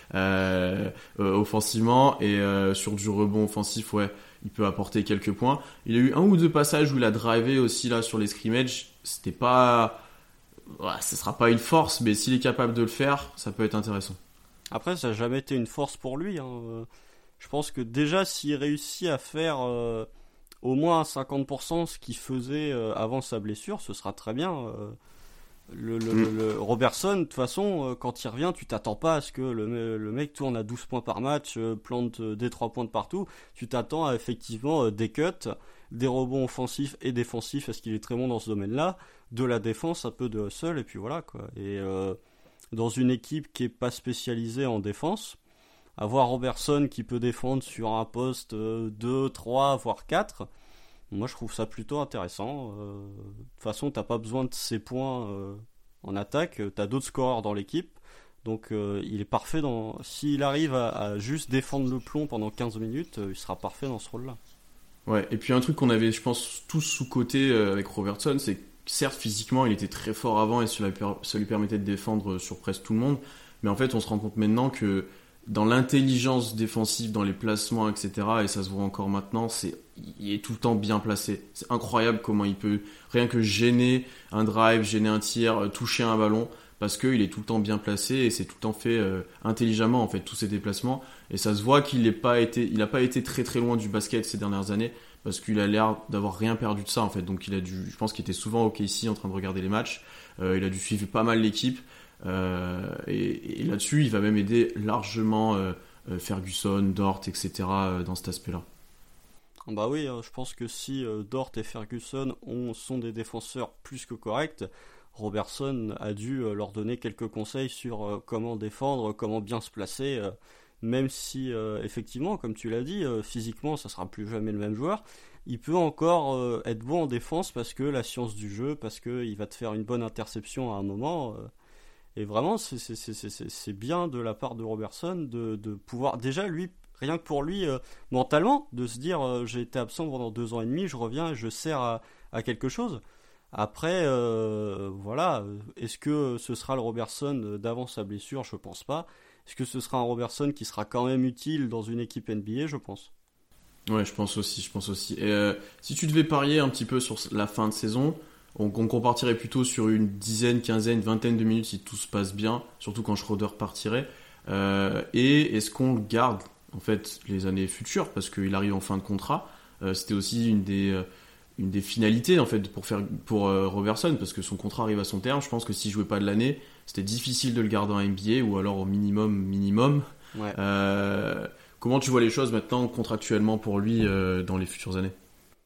Speaker 1: Euh, euh, offensivement et euh, sur du rebond offensif, ouais, il peut apporter quelques points. Il y a eu un ou deux passages où il a drivé aussi là sur les scrimmages. C'était pas, ouais, ça sera pas une force, mais s'il est capable de le faire, ça peut être intéressant.
Speaker 2: Après, ça n'a jamais été une force pour lui. Hein. Je pense que déjà, s'il réussit à faire euh, au moins à cinquante pour cent ce qu'il faisait euh, avant sa blessure, ce sera très bien. Euh, le, le, mm. le Robertson, de toute façon, euh, quand il revient, tu t'attends pas à ce que le, le mec tourne à douze points par match, euh, plante euh, des trois points de partout. Tu t'attends à effectivement euh, des cuts, des rebonds offensifs et défensifs, parce qu'il est très bon dans ce domaine-là, de la défense, un peu de hustle, et puis voilà, quoi. Et euh, dans une équipe qui est pas spécialisée en défense, avoir Robertson qui peut défendre sur un poste euh, deux, trois, voire quatre, moi je trouve ça plutôt intéressant. Euh, de toute façon, t'as pas besoin de ces points euh, en attaque, t'as d'autres scoreurs dans l'équipe, donc euh, il est parfait dans... S'il arrive à, à juste défendre le plomb pendant quinze minutes, euh, il sera parfait dans ce rôle-là.
Speaker 1: Ouais, et puis un truc qu'on avait, je pense, tous sous-coté euh, avec Robertson, c'est que certes, physiquement, il était très fort avant et cela, ça lui permettait de défendre sur presque tout le monde, mais en fait, on se rend compte maintenant que dans l'intelligence défensive, dans les placements, et cetera, et ça se voit encore maintenant, c'est, il est tout le temps bien placé. C'est incroyable comment il peut, rien que gêner un drive, gêner un tir, toucher un ballon, parce qu'il est tout le temps bien placé et c'est tout le temps fait euh, intelligemment, en fait, tous ses déplacements. Et ça se voit qu'il n'a pas été, il a pas été très très loin du basket ces dernières années, parce qu'il a l'air d'avoir rien perdu de ça, en fait. Donc il a dû, je pense qu'il était souvent au K C en train de regarder les matchs, euh, il a dû suivre pas mal l'équipe. Euh, et, et là-dessus, il va même aider largement euh, Ferguson, Dort, et cetera euh, dans cet aspect-là.
Speaker 2: Bah oui, je pense que si euh, Dort et Ferguson ont, sont des défenseurs plus que corrects, Robertson a dû euh, leur donner quelques conseils sur euh, comment défendre, comment bien se placer, euh, même si euh, effectivement, comme tu l'as dit, euh, physiquement, ça sera plus jamais le même joueur. Il peut encore euh, être bon en défense parce que la science du jeu, parce qu'il va te faire une bonne interception à un moment. Euh, Et vraiment, c'est, c'est, c'est, c'est, c'est bien de la part de Robertson de, de pouvoir, déjà lui, rien que pour lui, euh, mentalement, de se dire euh, j'ai été absent pendant deux ans et demi, je reviens et je sers à, à quelque chose. Après, euh, voilà, est-ce que ce sera le Robertson d'avant sa blessure? Je pense pas. Est-ce que ce sera un Robertson qui sera quand même utile dans une équipe N B A? Je pense.
Speaker 1: Ouais, je pense aussi, je pense aussi. Et euh, si tu devais parier un petit peu sur la fin de saison, on, on compartirait plutôt sur une dizaine, quinzaine, vingtaine de minutes si tout se passe bien, surtout quand Schroeder partirait. Euh, et est-ce qu'on le garde en fait les années futures parce qu'il arrive en fin de contrat? euh, C'était aussi une des euh, une des finalités en fait pour faire pour euh, Robertson parce que son contrat arrive à son terme. Je pense que s'il jouait pas de l'année, c'était difficile de le garder en N B A ou alors au minimum minimum.
Speaker 2: Ouais.
Speaker 1: Euh, comment tu vois les choses maintenant contractuellement pour lui euh, dans les futures années?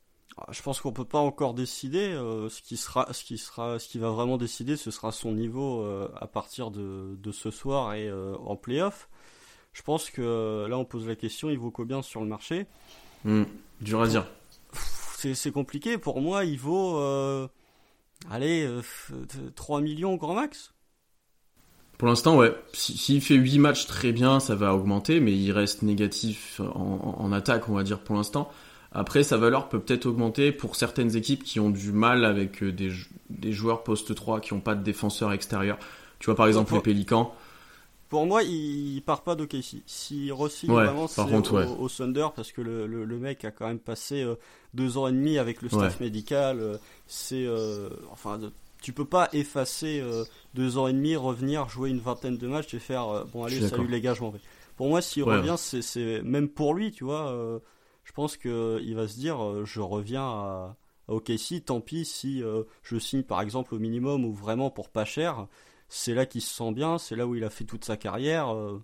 Speaker 2: Je pense qu'on peut pas encore décider. Euh, ce qui sera, ce qui sera, ce qui va vraiment décider, ce sera son niveau euh, à partir de, de ce soir et euh, en play-off. Je pense que euh, là, on pose la question, il vaut combien sur le marché?
Speaker 1: Mmh, dur à dire.
Speaker 2: C'est, c'est compliqué. Pour moi, il vaut, euh, allez, euh, trois millions au grand max.
Speaker 1: Pour l'instant, ouais. S'il fait huit matchs très bien, ça va augmenter, mais il reste négatif en, en attaque, on va dire, pour l'instant. Après, sa valeur peut peut-être augmenter pour certaines équipes qui ont du mal avec des, des joueurs poste trois, qui n'ont pas de défenseur extérieur. Tu vois, par exemple, pour, les Pélicans.
Speaker 2: Pour moi, il part pas d'O K C. S'il re-signe
Speaker 1: ouais,
Speaker 2: vraiment, c'est
Speaker 1: contre,
Speaker 2: au,
Speaker 1: ouais.
Speaker 2: au Thunder, parce que le, le, le mec a quand même passé euh, deux ans et demi avec le staff ouais. médical. Euh, c'est, euh, enfin, de, tu peux pas effacer euh, deux ans et demi, revenir, jouer une vingtaine de matchs et faire euh, bon, allez, salut les gars, je m'en vais. Pour moi, s'il ouais, revient, ouais. C'est, c'est même pour lui, tu vois. Euh, je pense qu'il va se dire, euh, je reviens à, à O K C, tant pis si euh, je signe par exemple au minimum ou vraiment pour pas cher. C'est là qu'il se sent bien, c'est là où il a fait toute sa carrière. Euh.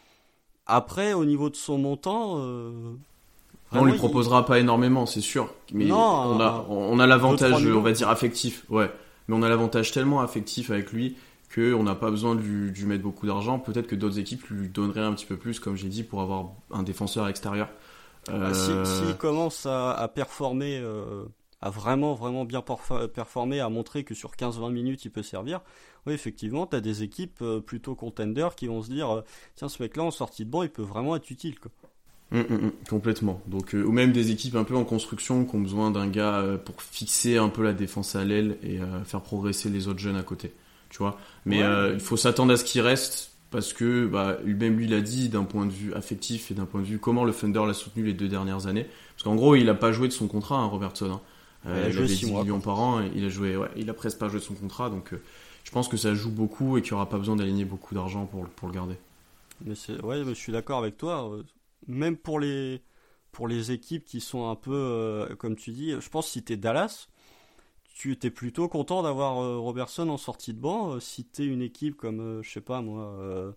Speaker 2: Après, au niveau de son montant... Euh,
Speaker 1: on lui proposera il... pas énormément, c'est sûr. Mais
Speaker 2: non,
Speaker 1: on a, on a l'avantage, on va dire, affectif. Ouais. Mais on a l'avantage tellement affectif avec lui qu'on n'a pas besoin de lui, de lui mettre beaucoup d'argent. Peut-être que d'autres équipes lui donneraient un petit peu plus, comme j'ai dit, pour avoir un défenseur extérieur.
Speaker 2: Euh... S'il si, si commence à, à performer... Euh... à vraiment vraiment bien performer, à montrer que sur quinze vingt minutes il peut servir, oui effectivement tu as des équipes euh, plutôt contenders qui vont se dire euh, tiens ce mec là en sortie de banc il peut vraiment être utile quoi.
Speaker 1: Mmh, mmh, complètement. Donc, euh, ou même des équipes un peu en construction qui ont besoin d'un gars euh, pour fixer un peu la défense à l'aile et euh, faire progresser les autres jeunes à côté, tu vois. Mais il ouais. euh, faut s'attendre à ce qu'il reste parce que bah, même lui l'a dit d'un point de vue affectif et d'un point de vue comment le Thunder l'a soutenu les deux dernières années, parce qu'en gros il a pas joué de son contrat hein, Robertson hein. Euh, il, il avait dix millions par an, et il a joué, ouais, il a presque pas joué de son contrat, donc euh, je pense que ça joue beaucoup et qu'il n'y aura pas besoin d'aligner beaucoup d'argent pour, pour le garder.
Speaker 2: Mais c'est, ouais, mais je suis d'accord avec toi. euh, Même pour les, pour les équipes qui sont un peu, euh, comme tu dis, je pense que si t'es Dallas, tu étais plutôt content d'avoir euh, Robertson en sortie de banc. Euh, si t'es une équipe comme, euh, je sais pas moi, euh,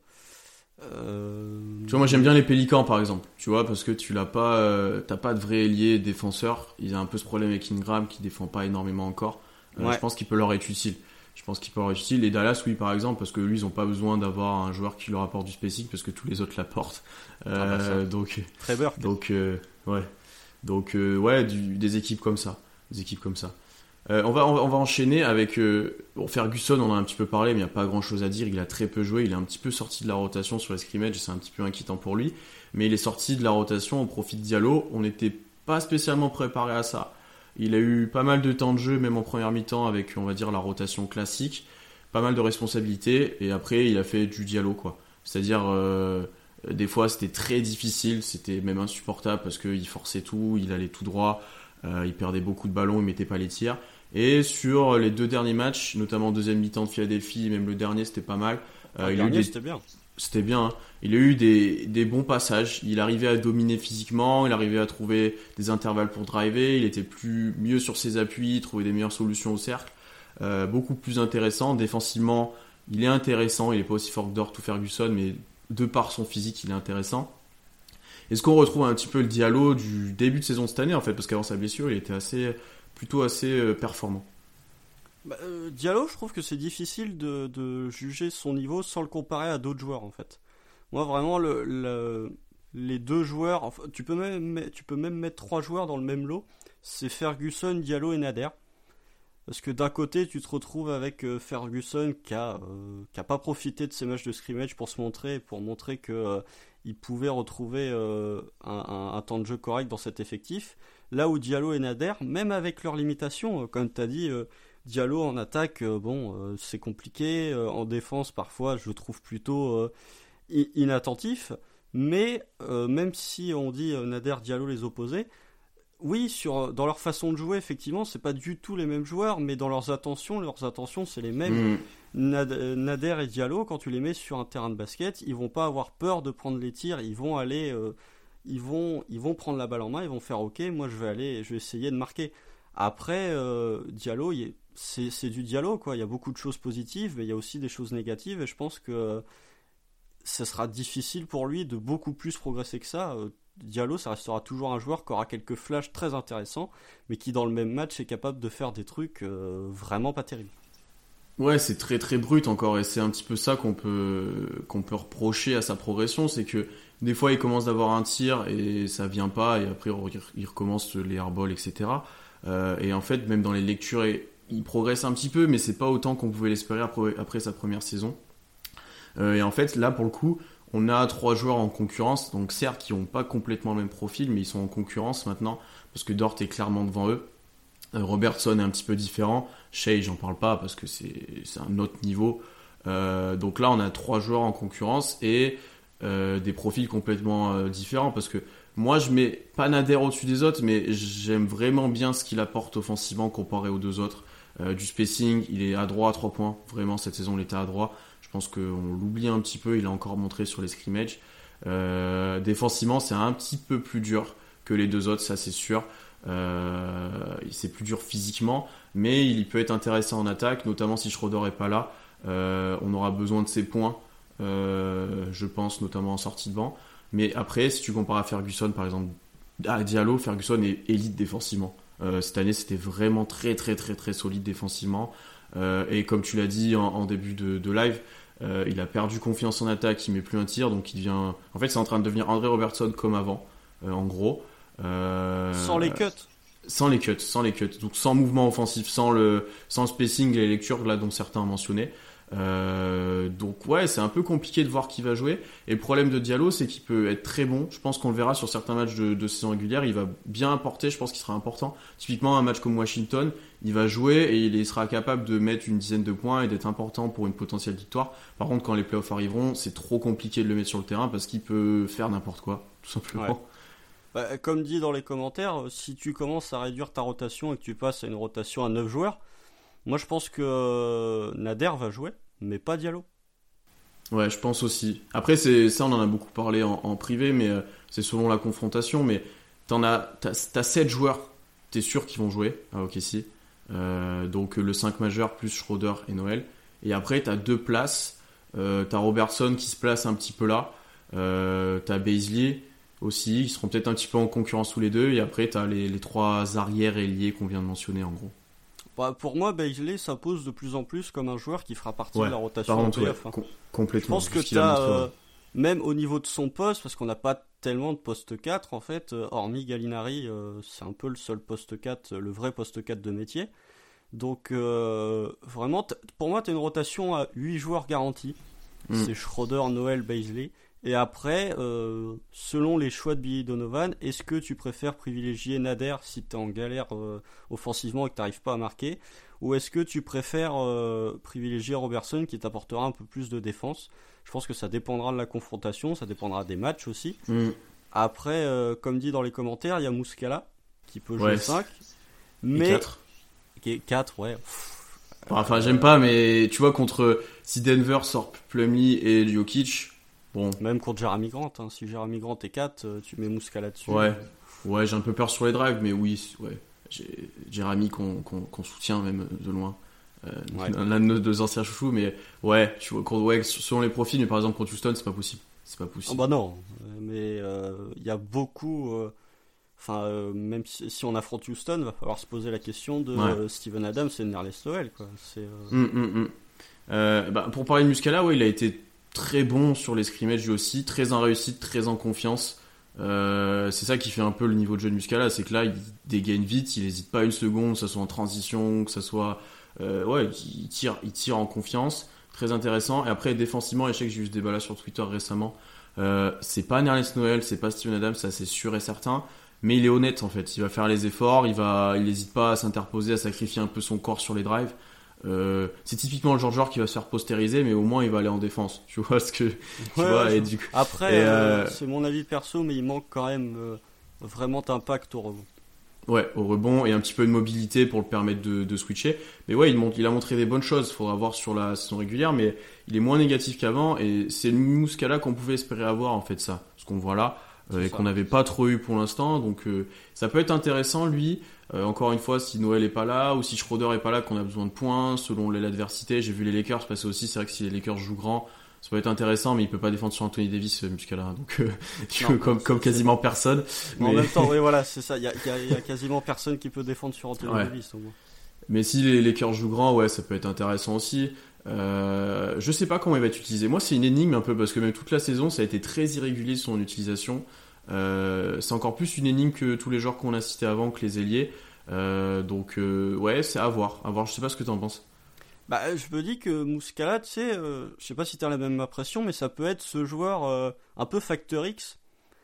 Speaker 2: euh,
Speaker 1: Tu vois, moi j'aime bien les Pélicans par exemple, tu vois, parce que tu l'as pas, euh, t'as pas de vrai ailier défenseur. Il y a un peu ce problème avec Ingram qui défend pas énormément encore. Euh, je
Speaker 2: ouais,
Speaker 1: pense qu'il peut leur être utile. Je pense qu'il peut leur être utile. Et Dallas, oui, par exemple, parce que lui, ils ont pas besoin d'avoir un joueur qui leur apporte du spacing parce que tous les autres l'apportent.
Speaker 2: ah bah ça,
Speaker 1: Euh, donc,
Speaker 2: très Burke.
Speaker 1: donc, euh, ouais, donc, euh, ouais, du- des équipes comme ça, des équipes comme ça. Euh, on va, on va, on va enchaîner avec euh, bon, Ferguson. On en a un petit peu parlé, mais il n'y a pas grand-chose à dire. Il a très peu joué. Il est un petit peu sorti de la rotation sur les scrimmages. C'est un petit peu inquiétant pour lui. Mais il est sorti de la rotation au profit de Diallo. On n'était pas spécialement préparé à ça. Il a eu pas mal de temps de jeu, même en première mi-temps, avec, on va dire, la rotation classique. Pas mal de responsabilités. Et après, il a fait du Diallo, quoi. C'est-à-dire, euh, des fois, c'était très difficile. C'était même insupportable parce qu'il forçait tout. Il allait tout droit. Euh, il perdait beaucoup de ballons. Il mettait pas les tirs. Et sur les deux derniers matchs, notamment en deuxième mi-temps de Philadelphie, même le dernier, c'était pas mal.
Speaker 2: Ah,
Speaker 1: Euh,
Speaker 2: le
Speaker 1: il a eu
Speaker 2: dernier
Speaker 1: des...
Speaker 2: c'était bien.
Speaker 1: C'était bien, hein. Il a eu des, des bons passages. Il arrivait à dominer physiquement, il arrivait à trouver des intervalles pour driver, il était plus mieux sur ses appuis, il trouvait des meilleures solutions au cercle. Euh, beaucoup plus intéressant. Défensivement, il est intéressant. Il n'est pas aussi fort que Dort ou Ferguson, mais de par son physique, il est intéressant. Est-ce qu'on retrouve un petit peu le Diallo du début de saison de cette année, en fait, parce qu'avant sa blessure, il était assez, plutôt assez euh, performant.
Speaker 2: Bah, euh, Diallo, je trouve que c'est difficile de, de juger son niveau sans le comparer à d'autres joueurs en fait. Moi vraiment le, le- les deux joueurs, enfin, tu peux même tu peux même mettre trois joueurs dans le même lot, c'est Ferguson, Diallo et Nader. Parce que d'un côté tu te retrouves avec euh, Ferguson qui a euh, qui a pas profité de ses matchs de scrimmage pour se montrer, pour montrer que euh, il pouvait retrouver euh, un, un- un temps de jeu correct dans cet effectif. Là où Diallo et Nader, même avec leurs limitations, euh, comme tu as dit, euh, Diallo en attaque, euh, bon, euh, c'est compliqué. Euh, en défense, parfois, je le trouve plutôt euh, i- inattentif. Mais euh, même si on dit euh, Nader, Diallo les opposés, oui, sur, dans leur façon de jouer, effectivement, c'est pas du tout les mêmes joueurs, mais dans leurs attentions, leurs attentions, c'est les mêmes.
Speaker 1: Mmh.
Speaker 2: Nad- euh, Nader et Diallo, quand tu les mets sur un terrain de basket, ils vont pas avoir peur de prendre les tirs, ils vont aller, euh, ils vont, ils vont prendre la balle en main, ils vont faire OK, moi je vais aller, je vais essayer de marquer. Après, euh, Diallo, il est- c'est, c'est du Diallo, quoi. Il y a beaucoup de choses positives, mais il y a aussi des choses négatives, et je pense que euh, ce sera difficile pour lui de beaucoup plus progresser que ça. Euh, Diallo, ça restera toujours un joueur qui aura quelques flashs très intéressants, mais qui dans le même match est capable de faire des trucs euh, vraiment pas terribles.
Speaker 1: Ouais, c'est très très brut encore, et c'est un petit peu ça qu'on peut qu'on peut reprocher à sa progression, c'est que des fois il commence d'avoir un tir et ça vient pas, et après il recommence les airballs, et cetera. Euh, et en fait, même dans les lectures, il progresse un petit peu, mais c'est pas autant qu'on pouvait l'espérer après, après sa première saison. Euh, et en fait, là pour le coup, on a trois joueurs en concurrence, donc certes qui n'ont pas complètement le même profil, mais ils sont en concurrence maintenant, parce que Dort est clairement devant eux. Euh, Robertson est un petit peu différent. Shea, j'en parle pas parce que c'est, c'est un autre niveau. Euh, donc là, on a trois joueurs en concurrence et euh, des profils complètement euh, différents. Parce que moi, je mets pas Nader au-dessus des autres, mais j'aime vraiment bien ce qu'il apporte offensivement comparé aux deux autres. Euh, du spacing, il est adroit à trois points. Vraiment, cette saison, il était adroit. Je pense qu'on l'oublie un petit peu. Il a encore montré sur les scrimmages. Euh, défensivement, c'est un petit peu plus dur que les deux autres, ça c'est sûr. Euh, c'est plus dur physiquement, mais il peut être intéressant en attaque, notamment si Schroeder est pas là. Euh, on aura besoin de ses points, euh, je pense, notamment en sortie de banc. Mais après, si tu compares à Ferguson, par exemple, à Diallo, Ferguson est élite défensivement. Euh, cette année, c'était vraiment très très très très solide défensivement. Euh, et comme tu l'as dit en, en début de, de live, euh, il a perdu confiance en attaque, il met plus un tir, donc il devient. En fait, c'est en train de devenir André Robertson comme avant, euh, en gros. Euh,
Speaker 2: Sans les cuts.
Speaker 1: Sans les cuts, sans les cuts, donc sans mouvement offensif, sans le, sans le spacing et les lectures là dont certains ont mentionné. Euh, donc ouais, c'est un peu compliqué de voir qui va jouer. Et le problème de Diallo, c'est qu'il peut être très bon. Je pense qu'on le verra sur certains matchs de, de saison régulière. Il va bien apporter. Je pense qu'il sera important. Typiquement un match comme Washington, il va jouer et il sera capable de mettre une dizaine de points et d'être important pour une potentielle victoire. Par contre, quand les playoffs arriveront, c'est trop compliqué de le mettre sur le terrain parce qu'il peut faire n'importe quoi, tout simplement.
Speaker 2: Ouais. Bah, comme dit dans les commentaires, si tu commences à réduire ta rotation et que tu passes à une rotation à neuf joueurs, moi je pense que euh, Nader va jouer, mais pas Diallo.
Speaker 1: Ouais, je pense aussi. Après, c'est, ça, on en a beaucoup parlé en, en privé, mais euh, c'est selon la confrontation. Mais t'en as, t'as, t'as sept joueurs, t'es sûr qu'ils vont jouer à O K C. Euh, donc le cinq majeur plus Schroeder et Noël. Et après, t'as deux places. Euh, t'as Robertson qui se place un petit peu là. Euh, t'as Bazley aussi. Ils seront peut-être un petit peu en concurrence tous les deux. Et après, t'as les, les trois arrières ailiers qu'on vient de mentionner en gros.
Speaker 2: Bah, pour moi, Bazley s'impose de plus en plus comme un joueur qui fera partie
Speaker 1: Ouais,
Speaker 2: de la rotation
Speaker 1: par
Speaker 2: en
Speaker 1: contre, ouais,
Speaker 2: playoff. Hein.
Speaker 1: com- complètement.
Speaker 2: Je pense que
Speaker 1: Vu ce qu'il a
Speaker 2: t'as,
Speaker 1: montré, ouais.
Speaker 2: euh, même au niveau de son poste, parce qu'on n'a pas tellement de poste quatre en fait, euh, hormis Gallinari, euh, c'est un peu le seul poste quatre, euh, le vrai poste quatre de métier. Donc euh, vraiment, t- pour moi, tu as une rotation à huit joueurs garantis.
Speaker 1: Mm.
Speaker 2: C'est Schroeder, Noël, Bazley. Et après, euh, selon les choix de Billy Donovan, est-ce que tu préfères privilégier Nader si tu es en galère euh, offensivement et que tu n'arrives pas à marquer, ou est-ce que tu préfères euh, privilégier Robertson qui t'apportera un peu plus de défense? Je pense que ça dépendra de la confrontation, ça dépendra des matchs aussi.
Speaker 1: Mm.
Speaker 2: Après, euh, comme dit dans les commentaires, il y a Muscala qui peut jouer
Speaker 1: Ouais,
Speaker 2: cinq,
Speaker 1: Et
Speaker 2: mais
Speaker 1: quatre.
Speaker 2: qui est quatre, ouais. Pff,
Speaker 1: Enfin, j'aime pas, mais tu vois, contre si Denver sort Plumlee et Jokic, bon,
Speaker 2: Même contre Jeremy Grant, hein. Si Jeremy Grant est quatre, euh, tu mets Muscala dessus.
Speaker 1: ouais, ouais, j'ai un peu peur sur les drives, mais oui, ouais, j'ai Jeremy qu'on, qu'on, qu'on soutient même de loin. Euh,
Speaker 2: Ouais.
Speaker 1: L'un de nos deux anciens chouchous, mais ouais, tu vois, contre- ouais, selon les profils, mais par exemple contre Houston, c'est pas possible. C'est pas
Speaker 2: Ah
Speaker 1: possible.
Speaker 2: bah non, euh, mais il y a beaucoup. euh, Enfin, euh, même si, si on affronte Houston, va falloir se poser la question de
Speaker 1: Ouais.
Speaker 2: euh, Steven Adams et Nerlens Noel, quoi. C'est. euh,
Speaker 1: Hum, hum, hum. Euh, bah, pour parler de Muscala, ouais, il a été très bon sur les scrimmages lui aussi, très en réussite, très en confiance. Euh, c'est ça qui fait un peu le niveau de jeu de Muscala, c'est que là, il dégaine vite, il hésite pas une seconde, que ça soit en transition, que ça soit, euh, ouais, il tire, il tire en confiance, très intéressant. Et après, défensivement, et je sais que j'ai eu ce débat là sur Twitter récemment, euh, c'est pas Nerlens Noel, c'est pas Steven Adams, ça c'est sûr et certain. Mais il est honnête en fait, il va faire les efforts, il va, il hésite pas à s'interposer, à sacrifier un peu son corps sur les drives. Euh, c'est typiquement le genre de joueur qui va se faire postériser, mais au moins il va aller en défense. Tu vois ce que, tu
Speaker 2: Ouais,
Speaker 1: vois,
Speaker 2: ouais,
Speaker 1: et
Speaker 2: je-
Speaker 1: du coup,
Speaker 2: Après,
Speaker 1: et,
Speaker 2: euh,
Speaker 1: euh,
Speaker 2: c'est mon avis perso, mais il manque quand même euh, vraiment d'impact au rebond.
Speaker 1: ouais, au rebond et un petit peu de mobilité pour le permettre de, de switcher. Mais ouais, il, montre, il a montré des bonnes choses. Il faudra voir sur la saison régulière, mais il est moins négatif qu'avant et c'est le Muscala qu'on pouvait espérer avoir en fait ça, ce qu'on voit là. Euh,
Speaker 2: C'est
Speaker 1: et
Speaker 2: ça.
Speaker 1: qu'on n'avait pas trop eu pour l'instant, donc euh, ça peut être intéressant lui. Euh, encore une fois, si Noël est pas là ou si Schroeder est pas là, qu'on a besoin de points selon l'adversité. J'ai vu les Lakers passer aussi. C'est vrai que si les Lakers jouent grand, ça peut être intéressant, mais il peut pas défendre sur Anthony Davis, euh, Muscala, donc euh, tu
Speaker 2: Non,
Speaker 1: veux, comme,
Speaker 2: c'est-
Speaker 1: comme
Speaker 2: c'est-
Speaker 1: quasiment personne.
Speaker 2: Mais en
Speaker 1: Mais,
Speaker 2: même temps, oui, voilà, c'est ça. Il y a, il y a- il y a quasiment personne qui peut défendre sur Anthony
Speaker 1: Ouais.
Speaker 2: Davis, au moins.
Speaker 1: mais si les Lakers jouent grand, ouais, ça peut être intéressant aussi. Euh, je sais pas comment il va être utilisé. Moi, c'est une énigme un peu parce que même toute la saison, ça a été très irrégulier son utilisation. Euh, c'est encore plus une énigme que tous les joueurs qu'on a cités avant, que les ailiers. Euh, donc euh, ouais, c'est à voir. À voir. Je sais pas ce que t'en penses.
Speaker 2: Bah, je me dis que Muscala, tu sais, euh, je sais pas si t'as la même impression, mais ça peut être ce joueur euh, un peu Factor X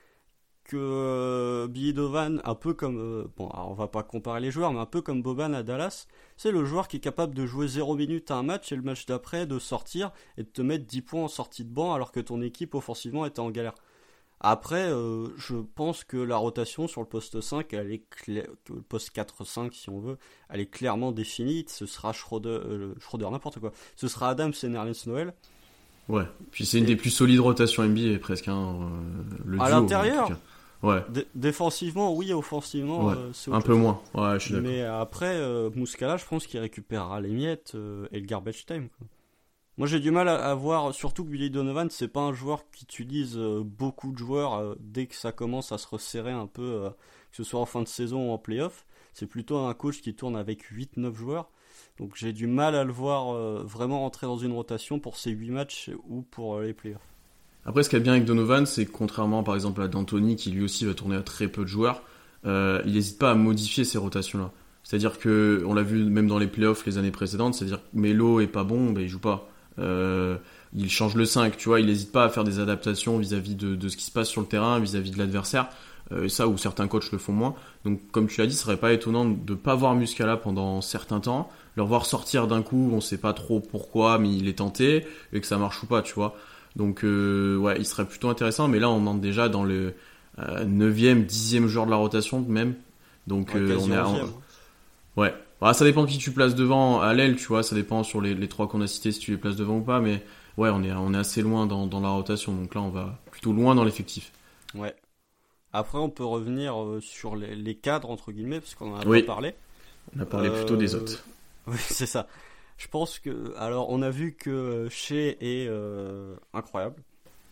Speaker 2: que euh, Billy Donovan, un peu comme, euh, bon, alors on va pas comparer les joueurs, mais un peu comme Boban à Dallas. C'est le joueur qui est capable de jouer zéro minutes à un match et le match d'après de sortir et de te mettre dix points en sortie de banc alors que ton équipe offensivement était en galère. Après, euh, je pense que la rotation sur le poste cinq, elle est cla- que le poste quatre cinq si on veut, elle est clairement définie. Ce sera Schroeder, euh, Schroeder n'importe quoi. Ce sera Adams et Nerlens Noel.
Speaker 1: Ouais. Puis c'est une
Speaker 2: Et-
Speaker 1: des plus solides rotations N B A presque. Hein, euh, le
Speaker 2: À
Speaker 1: duo,
Speaker 2: l'intérieur
Speaker 1: en tout cas. Ouais.
Speaker 2: Dé- défensivement, oui, offensivement,
Speaker 1: Ouais.
Speaker 2: euh, c'est
Speaker 1: Un
Speaker 2: autre
Speaker 1: peu
Speaker 2: chose.
Speaker 1: moins. Ouais, je suis d'accord.
Speaker 2: Mais après, euh, Muscala, je pense qu'il récupérera les miettes euh, et le garbage time, quoi. Moi, j'ai du mal à, à voir, surtout que Billy Donovan, c'est pas un joueur qui utilise euh, beaucoup de joueurs euh, dès que ça commence à se resserrer un peu, euh, que ce soit en fin de saison ou en playoff. C'est plutôt un coach qui tourne avec huit neuf joueurs. Donc j'ai du mal à le voir euh, vraiment rentrer dans une rotation pour ces huit matchs ou pour euh, les playoffs.
Speaker 1: Après, ce qu'il y a bien avec Donovan, c'est que contrairement par exemple à D'Antoni, qui lui aussi va tourner à très peu de joueurs, euh, il n'hésite pas à modifier ces rotations-là. C'est-à-dire que, on l'a vu même dans les playoffs les années précédentes, c'est-à-dire que Melo est pas bon, ben il joue pas. Euh, il change le cinq, tu vois, il n'hésite pas à faire des adaptations vis-à-vis de, de ce qui se passe sur le terrain, vis-à-vis de l'adversaire. Euh, ça, où certains coachs le font moins. Donc, comme tu l'as dit, ce serait pas étonnant de pas voir Muscala pendant certains temps, le revoir sortir d'un coup, on sait pas trop pourquoi, mais il est tenté, et que ça marche ou pas, tu vois. Donc, euh, ouais, il serait plutôt intéressant, mais là, on entre déjà dans le euh, neuvième, dixième joueur de la rotation, même. Donc,
Speaker 2: Ouais,
Speaker 1: euh,
Speaker 2: quasi
Speaker 1: on est à,
Speaker 2: onzième.
Speaker 1: Ouais, Bah, ça dépend qui tu places devant à l'aile, tu vois, ça dépend sur les, les trois qu'on a cités si tu les places devant ou pas, mais ouais, on est, on est assez loin dans, dans la rotation, donc là on va plutôt loin dans l'effectif.
Speaker 2: Ouais. Après, on peut revenir euh, sur les, les cadres, entre guillemets, parce qu'on en a
Speaker 1: Oui.
Speaker 2: pas parlé.
Speaker 1: On a parlé euh... plutôt des autres.
Speaker 2: Oui, c'est ça. Je pense que, alors, on a vu que Shai est euh, incroyable.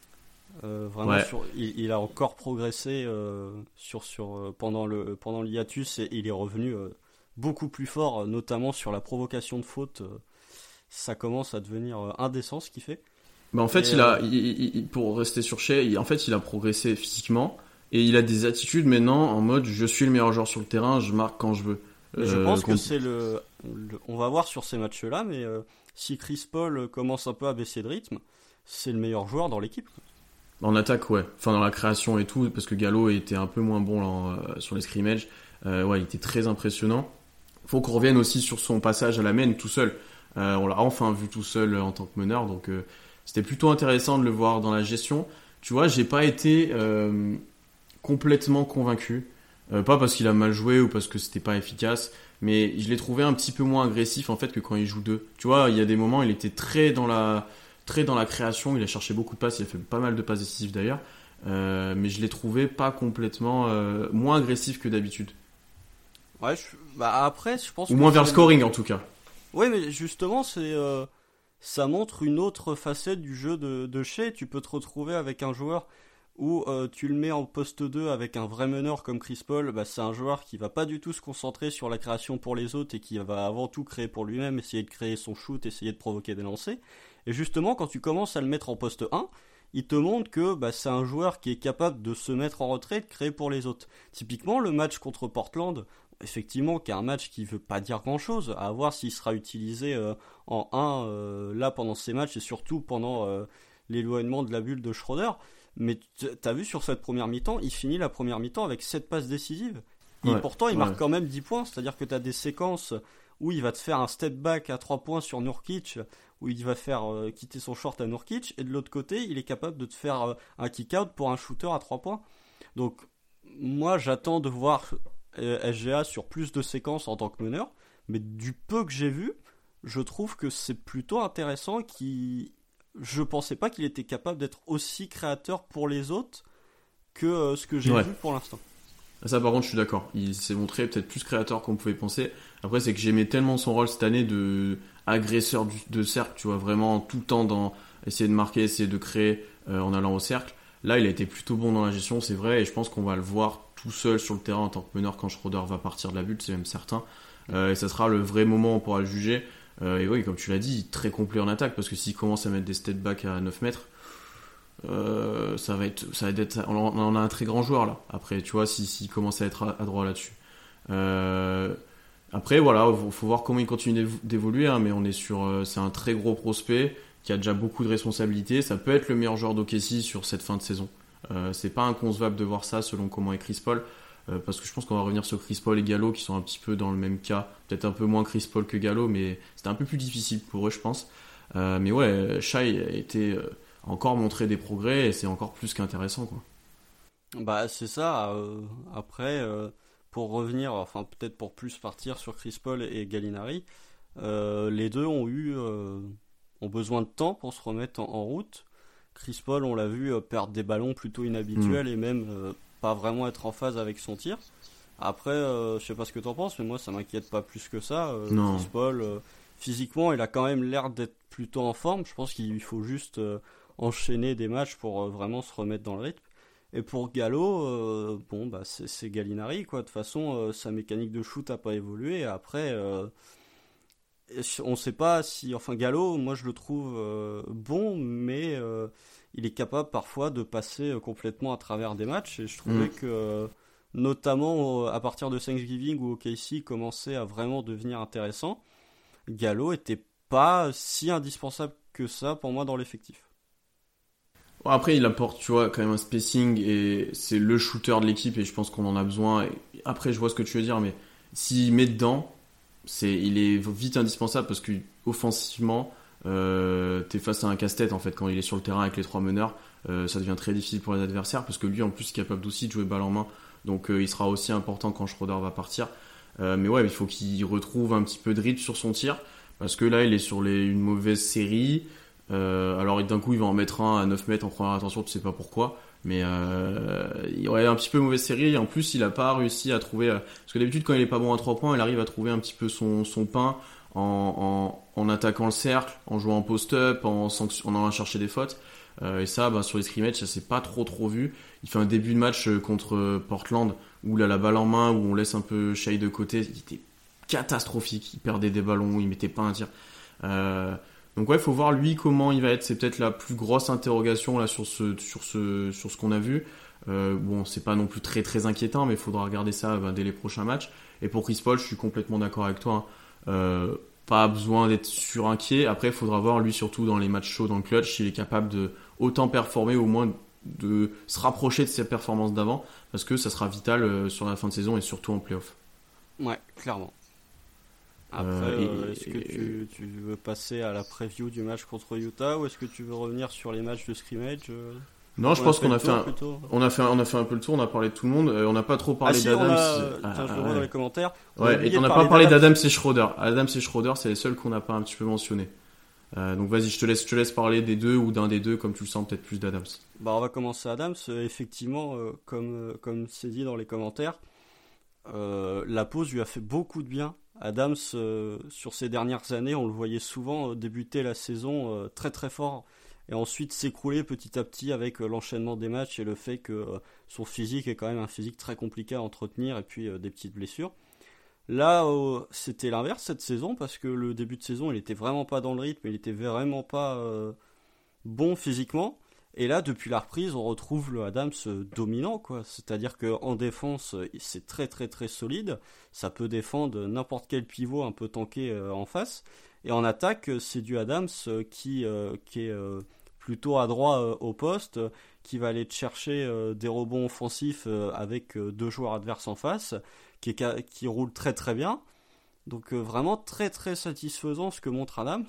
Speaker 2: Euh, vraiment,
Speaker 1: ouais.
Speaker 2: sur, il, il a encore progressé euh, sur, sur, euh, pendant, le, pendant le hiatus et il est revenu euh, beaucoup plus fort, notamment sur la provocation de faute. Euh, ça commence à devenir euh, indécent ce qu'il fait.
Speaker 1: Bah en fait,
Speaker 2: et,
Speaker 1: il
Speaker 2: euh...
Speaker 1: a, il, il, pour rester sur Shai, il, en fait, il a progressé physiquement et il a des attitudes maintenant en mode je suis le meilleur joueur sur le terrain, je marque quand je veux.
Speaker 2: Mais je euh, pense que c'est le, le, on va voir sur ces matchs-là, mais euh, si Chris Paul commence un peu à baisser de rythme, c'est le meilleur joueur dans l'équipe.
Speaker 1: En attaque, ouais. Enfin, dans la création et tout, parce que Gallo était un peu moins bon là, euh, sur les scrimmages. Euh, ouais, il était très impressionnant. Faut qu'on revienne aussi sur son passage à la main tout seul. Euh, on l'a enfin vu tout seul en tant que meneur, donc euh, c'était plutôt intéressant de le voir dans la gestion. Tu vois, j'ai pas été euh, complètement convaincu. Euh, pas parce qu'il a mal joué ou parce que c'était pas efficace, mais je l'ai trouvé un petit peu moins agressif en fait que quand il joue deux. Tu vois, il y a des moments, il était très dans la, très dans la création, il a cherché beaucoup de passes, il a fait pas mal de passes décisives d'ailleurs, euh, mais je l'ai trouvé pas complètement euh, moins agressif que d'habitude.
Speaker 2: Ouais, je, bah après, je pense.
Speaker 1: Ou moins vers le scoring en tout cas.
Speaker 2: Oui, mais justement, c'est, euh, ça montre une autre facette du jeu de, de Shai. Tu peux te retrouver avec un joueur où euh, tu le mets en poste deux avec un vrai meneur comme Chris Paul. Bah, c'est un joueur qui va pas du tout se concentrer sur la création pour les autres et qui va avant tout créer pour lui-même, essayer de créer son shoot, essayer de provoquer des lancers. Et justement, quand tu commences à le mettre en poste un, il te montre que bah, c'est un joueur qui est capable de se mettre en retrait et de créer pour les autres. Typiquement, le match contre Portland, effectivement, qui est un match qui veut pas dire grand-chose, à voir s'il sera utilisé euh, en un euh, là pendant ces matchs et surtout pendant euh, l'éloignement de la bulle de Schroeder. Mais t'as vu sur cette première mi-temps, il finit la première mi-temps avec sept passes décisives. Et
Speaker 1: ouais,
Speaker 2: pourtant, il
Speaker 1: ouais.
Speaker 2: marque quand même dix points, c'est-à-dire que t'as des séquences où il va te faire un step back à trois points sur Nurkic, où il va faire euh, quitter son short à Nurkic, et de l'autre côté, il est capable de te faire euh, un kick-out pour un shooter à trois points. Donc, moi, j'attends de voir euh, S G A sur plus de séquences en tant que meneur, mais du peu que j'ai vu, je trouve que c'est plutôt intéressant. Qui, je pensais pas qu'il était capable d'être aussi créateur pour les autres que euh, ce que j'ai
Speaker 1: ouais.
Speaker 2: vu pour l'instant.
Speaker 1: Ça, par contre, je suis d'accord. Il s'est montré peut-être plus créateur qu'on pouvait penser. Après, c'est que j'aimais tellement son rôle cette année de agresseur du, de cercle, tu vois, vraiment tout le temps dans essayer de marquer, essayer de créer euh, en allant au cercle. Là, il a été plutôt bon dans la gestion, c'est vrai, et je pense qu'on va le voir tout seul sur le terrain en tant que meneur quand Schroeder va partir de la bulle, c'est même certain. Euh, et ça sera le vrai moment où on pourra le juger. Euh, et oui, comme tu l'as dit, très complet en attaque, parce que s'il commence à mettre des step back à neuf mètres, Euh, ça va être, ça va être, on en a un très grand joueur là. Après, tu vois, s'il si, si commence à être adroit là-dessus. Euh, après, voilà, faut, faut voir comment il continue d'évoluer, hein, mais on est sur, euh, c'est un très gros prospect qui a déjà beaucoup de responsabilités. Ça peut être le meilleur joueur d'O K C sur cette fin de saison. Euh, c'est pas inconcevable de voir ça selon comment est Chris Paul, euh, parce que je pense qu'on va revenir sur Chris Paul et Gallo qui sont un petit peu dans le même cas. Peut-être un peu moins Chris Paul que Gallo, mais c'était un peu plus difficile pour eux, je pense. Euh, mais ouais, Shai a été euh, encore montrer des progrès et c'est encore plus qu'intéressant quoi.
Speaker 2: Bah c'est ça. Euh, après, euh, pour revenir, enfin peut-être pour plus partir sur Chris Paul et Gallinari, euh, les deux ont eu euh, ont besoin de temps pour se remettre en, en route. Chris Paul, on l'a vu euh, perdre des ballons plutôt inhabituels mmh. et même euh, pas vraiment être en phase avec son tir. Après, euh, je sais pas ce que t'en penses, mais moi ça m'inquiète pas plus que ça. Euh,
Speaker 1: non.
Speaker 2: Chris Paul, euh, physiquement, il a quand même l'air d'être plutôt en forme. Je pense qu'il faut juste euh, enchaîner des matchs pour euh, vraiment se remettre dans le rythme. Et pour Gallo, euh, bon bah c'est, c'est Gallinari quoi. De toute façon, euh, sa mécanique de shoot a pas évolué. Après, euh, on sait pas si, enfin Gallo, moi je le trouve euh, bon, mais euh, il est capable parfois de passer complètement à travers des matchs. Et je trouvais mmh. que, euh, notamment à partir de Thanksgiving où O K C commençait à vraiment devenir intéressant, Gallo était pas si indispensable que ça pour moi dans l'effectif.
Speaker 1: Bon, après, il apporte, tu vois, quand même un spacing et c'est le shooter de l'équipe et je pense qu'on en a besoin. Et après, je vois ce que tu veux dire, mais s'il met dedans, c'est, il est vite indispensable parce qu'offensivement, euh, t'es face à un casse-tête en fait quand il est sur le terrain avec les trois meneurs. Euh, ça devient très difficile pour les adversaires parce que lui, en plus, est capable aussi de jouer balle en main. Donc, euh, il sera aussi important quand Schroeder va partir. Euh, mais ouais, il faut qu'il retrouve un petit peu de rythme sur son tir, parce que là, il est sur les, une mauvaise série. Euh, alors d'un coup, il va en mettre un à neuf mètres en première intention, tu sais pas pourquoi. Mais euh, il aurait un petit peu mauvaise série. Et en plus, il a pas réussi à trouver... Euh, parce que d'habitude, quand il est pas bon à trois points, il arrive à trouver un petit peu son, son pain en, en, en attaquant le cercle, en jouant en post-up, en, sanction, en allant chercher des fautes. Euh, et ça, bah, sur les scrimmages, ça s'est pas trop trop vu. Il fait un début de match contre Portland où il a la balle en main, où on laisse un peu Shai de côté. Il était catastrophique. Il perdait des ballons, il mettait pas un tir. Euh, donc ouais, il faut voir lui comment il va être. C'est peut-être la plus grosse interrogation là sur ce sur ce sur ce qu'on a vu. Euh, bon, c'est pas non plus très très inquiétant, mais il faudra regarder ça bah, dès les prochains matchs. Et pour Chris Paul, je suis complètement d'accord avec toi. Hein. Euh, pas besoin d'être surinquiet. Après, il faudra voir lui surtout dans les matchs chauds, dans le clutch, s'il est capable de autant performer, au moins de se rapprocher de ses performances d'avant, parce que ça sera vital euh, sur la fin de saison et surtout en play-off.
Speaker 2: Ouais, clairement. Après, euh, et, euh, est-ce que et, tu, tu veux passer à la preview du match contre Utah ou est-ce que tu veux revenir sur les matchs de scrimmage euh,
Speaker 1: Non, je pense qu'on a fait, un, on a fait, un, on a fait un peu le tour. On a parlé de tout le monde. Euh, on n'a pas trop parlé
Speaker 2: ah, si,
Speaker 1: d'Adams.
Speaker 2: On a... ah, Tiens, je le vois ouais. dans les commentaires. On
Speaker 1: ouais, et on n'a pas parlé d'Adams et Schroeder. Adams et Schroeder, c'est les seuls qu'on n'a pas un petit peu mentionné. Euh, donc vas-y, je te laisse, je te laisse parler des deux ou d'un des deux, comme tu le sens, peut-être plus d'Adams.
Speaker 2: Bah, on va commencer Adams. Euh, effectivement, euh, comme euh, comme c'est dit dans les commentaires, euh, la pause lui a fait beaucoup de bien. Adams, euh, sur ces dernières années, on le voyait souvent euh, débuter la saison euh, très très fort et ensuite s'écrouler petit à petit avec euh, l'enchaînement des matchs et le fait que euh, son physique est quand même un physique très compliqué à entretenir et puis euh, des petites blessures. Là, euh, c'était l'inverse cette saison parce que le début de saison, il était vraiment pas dans le rythme, il était vraiment pas euh, bon physiquement. Et là, depuis la reprise, on retrouve le Adams dominant, quoi. C'est-à-dire qu'en défense, c'est très très très solide. Ça peut défendre n'importe quel pivot un peu tanké euh, en face. Et en attaque, c'est du Adams qui, euh, qui est euh, plutôt adroit euh, au poste, qui va aller chercher euh, des rebonds offensifs euh, avec euh, deux joueurs adverses en face, qui, est, qui roule très très bien. Donc euh, vraiment très très satisfaisant ce que montre Adams,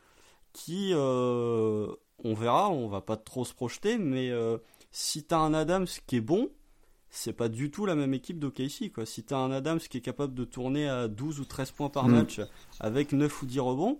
Speaker 2: qui... Euh, on verra, on va pas trop se projeter, mais euh, si t'as un Adams qui est bon, c'est pas du tout la même équipe d'O K C, quoi. Si t'as un Adams qui est capable de tourner à douze ou treize points par mmh. match avec neuf ou dix rebonds,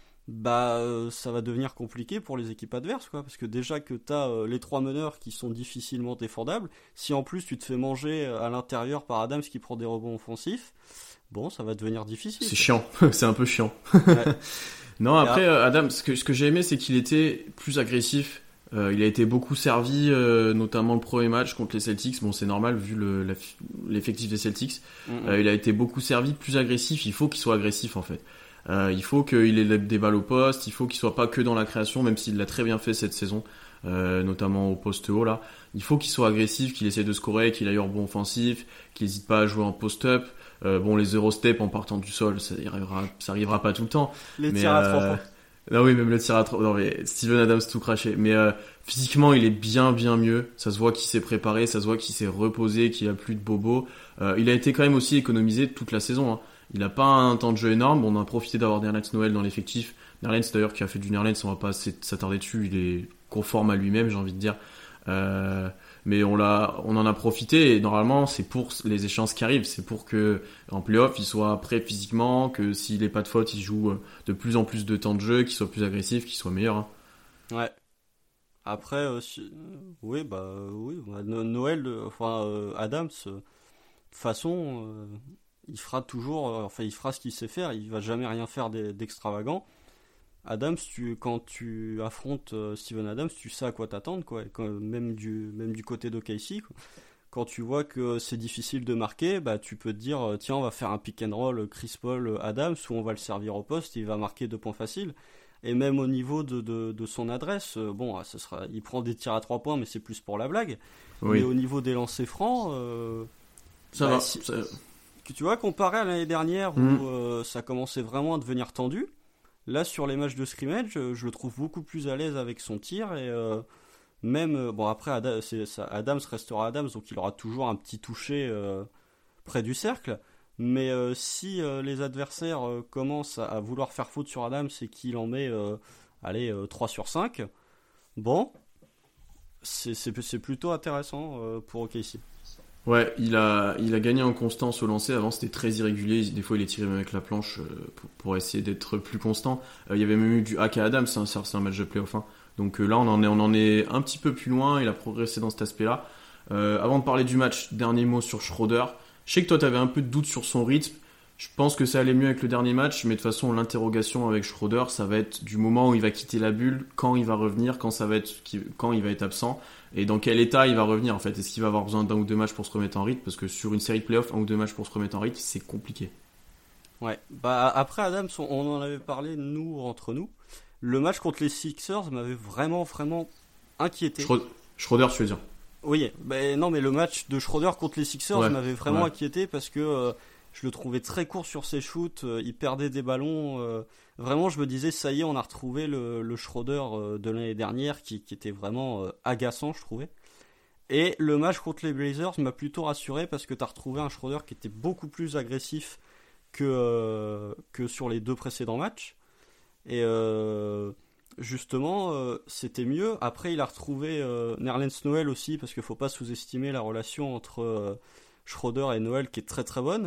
Speaker 2: bah euh, ça va devenir compliqué pour les équipes adverses, quoi. Parce que déjà que t'as euh, les trois meneurs qui sont difficilement défendables, si en plus tu te fais manger à l'intérieur par Adams qui prend des rebonds offensifs, bon, ça va devenir difficile.
Speaker 1: C'est chiant, c'est un peu chiant. Ouais. Non, après, euh, Adam, ce que, ce que j'ai aimé, c'est qu'il était plus agressif. Euh, il a été beaucoup servi, euh, notamment le premier match contre les Celtics. Bon, c'est normal vu le, la, l'effectif des Celtics. Mm-hmm. Euh, il a été beaucoup servi, plus agressif. Il faut qu'il soit agressif, en fait. Euh, il faut qu'il ait des balles au poste. Il faut qu'il soit pas que dans la création, même s'il l'a très bien fait cette saison, euh, notamment au poste haut, là. Il faut qu'il soit agressif, qu'il essaie de scorer, qu'il aille au rebond offensif, qu'il n'hésite pas à jouer en post-up. Euh, bon, les Eurostep en partant du sol, ça arrivera, ça arrivera pas tout le temps.
Speaker 2: Les
Speaker 1: mais,
Speaker 2: tirs à
Speaker 1: euh,
Speaker 2: trois points.
Speaker 1: Non, oui, même le tir à trois. Non, mais Steven Adams tout craché. Mais euh, physiquement, il est bien, bien mieux. Ça se voit qu'il s'est préparé, ça se voit qu'il s'est reposé, qu'il a plus de bobos. Euh, il a été quand même aussi économisé toute la saison. Hein. Il a pas un temps de jeu énorme. On a profité d'avoir Nerlens Noël dans l'effectif. Nerlens d'ailleurs qui a fait du Nerlens, on va pas s'attarder dessus. Il est conforme à lui-même, j'ai envie de dire. Euh, mais on l'a, on en a profité et normalement c'est pour les échéances qui arrivent, c'est pour que en play-off il soit prêt physiquement, que s'il n'est pas de faute il joue de plus en plus de temps de jeu, qu'il soit plus agressif, qu'il soit meilleur. Hein.
Speaker 2: Ouais. Après, euh, si... oui bah oui, bah, Noël, enfin euh, Adams, de euh, toute façon, euh, il fera toujours, euh, enfin il fera ce qu'il sait faire, il va jamais rien faire d'extravagant. Adams, tu, quand tu affrontes euh, Steven Adams, tu sais à quoi t'attendre, quoi. Quand, même du même du côté d'O K C, quoi. Quand tu vois que c'est difficile de marquer, bah tu peux te dire euh, tiens on va faire un pick and roll Chris Paul Adams où on va le servir au poste, il va marquer deux points faciles. Et même au niveau de de, de son adresse, euh, bon ça sera, il prend des tirs à trois points mais c'est plus pour la blague. Oui. Mais au niveau des lancers francs, euh,
Speaker 1: ça
Speaker 2: bah,
Speaker 1: va.
Speaker 2: Si,
Speaker 1: ça...
Speaker 2: que tu vois comparé à l'année dernière
Speaker 1: mmh.
Speaker 2: où euh, ça commençait vraiment à devenir tendu. Là, sur les matchs de scrimmage, je, je le trouve beaucoup plus à l'aise avec son tir et euh, même euh, bon après Adam, c'est, ça, Adams restera Adams, donc il aura toujours un petit toucher euh, près du cercle. Mais euh, si euh, les adversaires euh, commencent à, à vouloir faire faute sur Adams et qu'il en met, euh, allez, euh, trois sur cinq, bon, c'est, c'est, c'est plutôt intéressant euh, pour O K C.
Speaker 1: Ouais, il a, il a gagné en constance au lancer. Avant, c'était très irrégulier. Des fois, il est tiré même avec la planche euh, pour, pour essayer d'être plus constant. Euh, il y avait même eu du hack à Adams, hein, c'est un match de playoff. Hein. Donc euh, là, on en, est, on en est un petit peu plus loin. Il a progressé dans cet aspect-là. Euh, avant de parler du match, dernier mot sur Schroeder. Je sais que toi, tu avais un peu de doute sur son rythme. Je pense que ça allait mieux avec le dernier match, mais de toute façon, l'interrogation avec Schroeder, ça va être du moment où il va quitter la bulle, quand il va revenir, quand, ça va être, quand il va être absent, et dans quel état il va revenir en fait. Est-ce qu'il va avoir besoin d'un ou deux matchs pour se remettre en rythme? Parce que sur une série de playoffs, un ou deux matchs pour se remettre en rythme, c'est compliqué.
Speaker 2: Ouais, bah après Adams, on, on en avait parlé, nous, entre nous. Le match contre les Sixers m'avait vraiment, vraiment inquiété.
Speaker 1: Schroeder, tu veux dire?
Speaker 2: Oui, bah, non, mais le match de Schroeder contre les Sixers ouais, m'avait vraiment ouais. inquiété parce que euh, je le trouvais très court sur ses shoots, euh, il perdait des ballons. Euh, vraiment, je me disais, ça y est, on a retrouvé le, le Schroeder euh, de l'année dernière qui, qui était vraiment euh, agaçant, je trouvais. Et le match contre les Blazers m'a plutôt rassuré parce que tu as retrouvé un Schroeder qui était beaucoup plus agressif que, euh, que sur les deux précédents matchs. Et euh, justement, euh, c'était mieux. Après, il a retrouvé euh, Nerlens Noel aussi, parce qu'il ne faut pas sous-estimer la relation entre euh, Schroeder et Noel qui est très très bonne.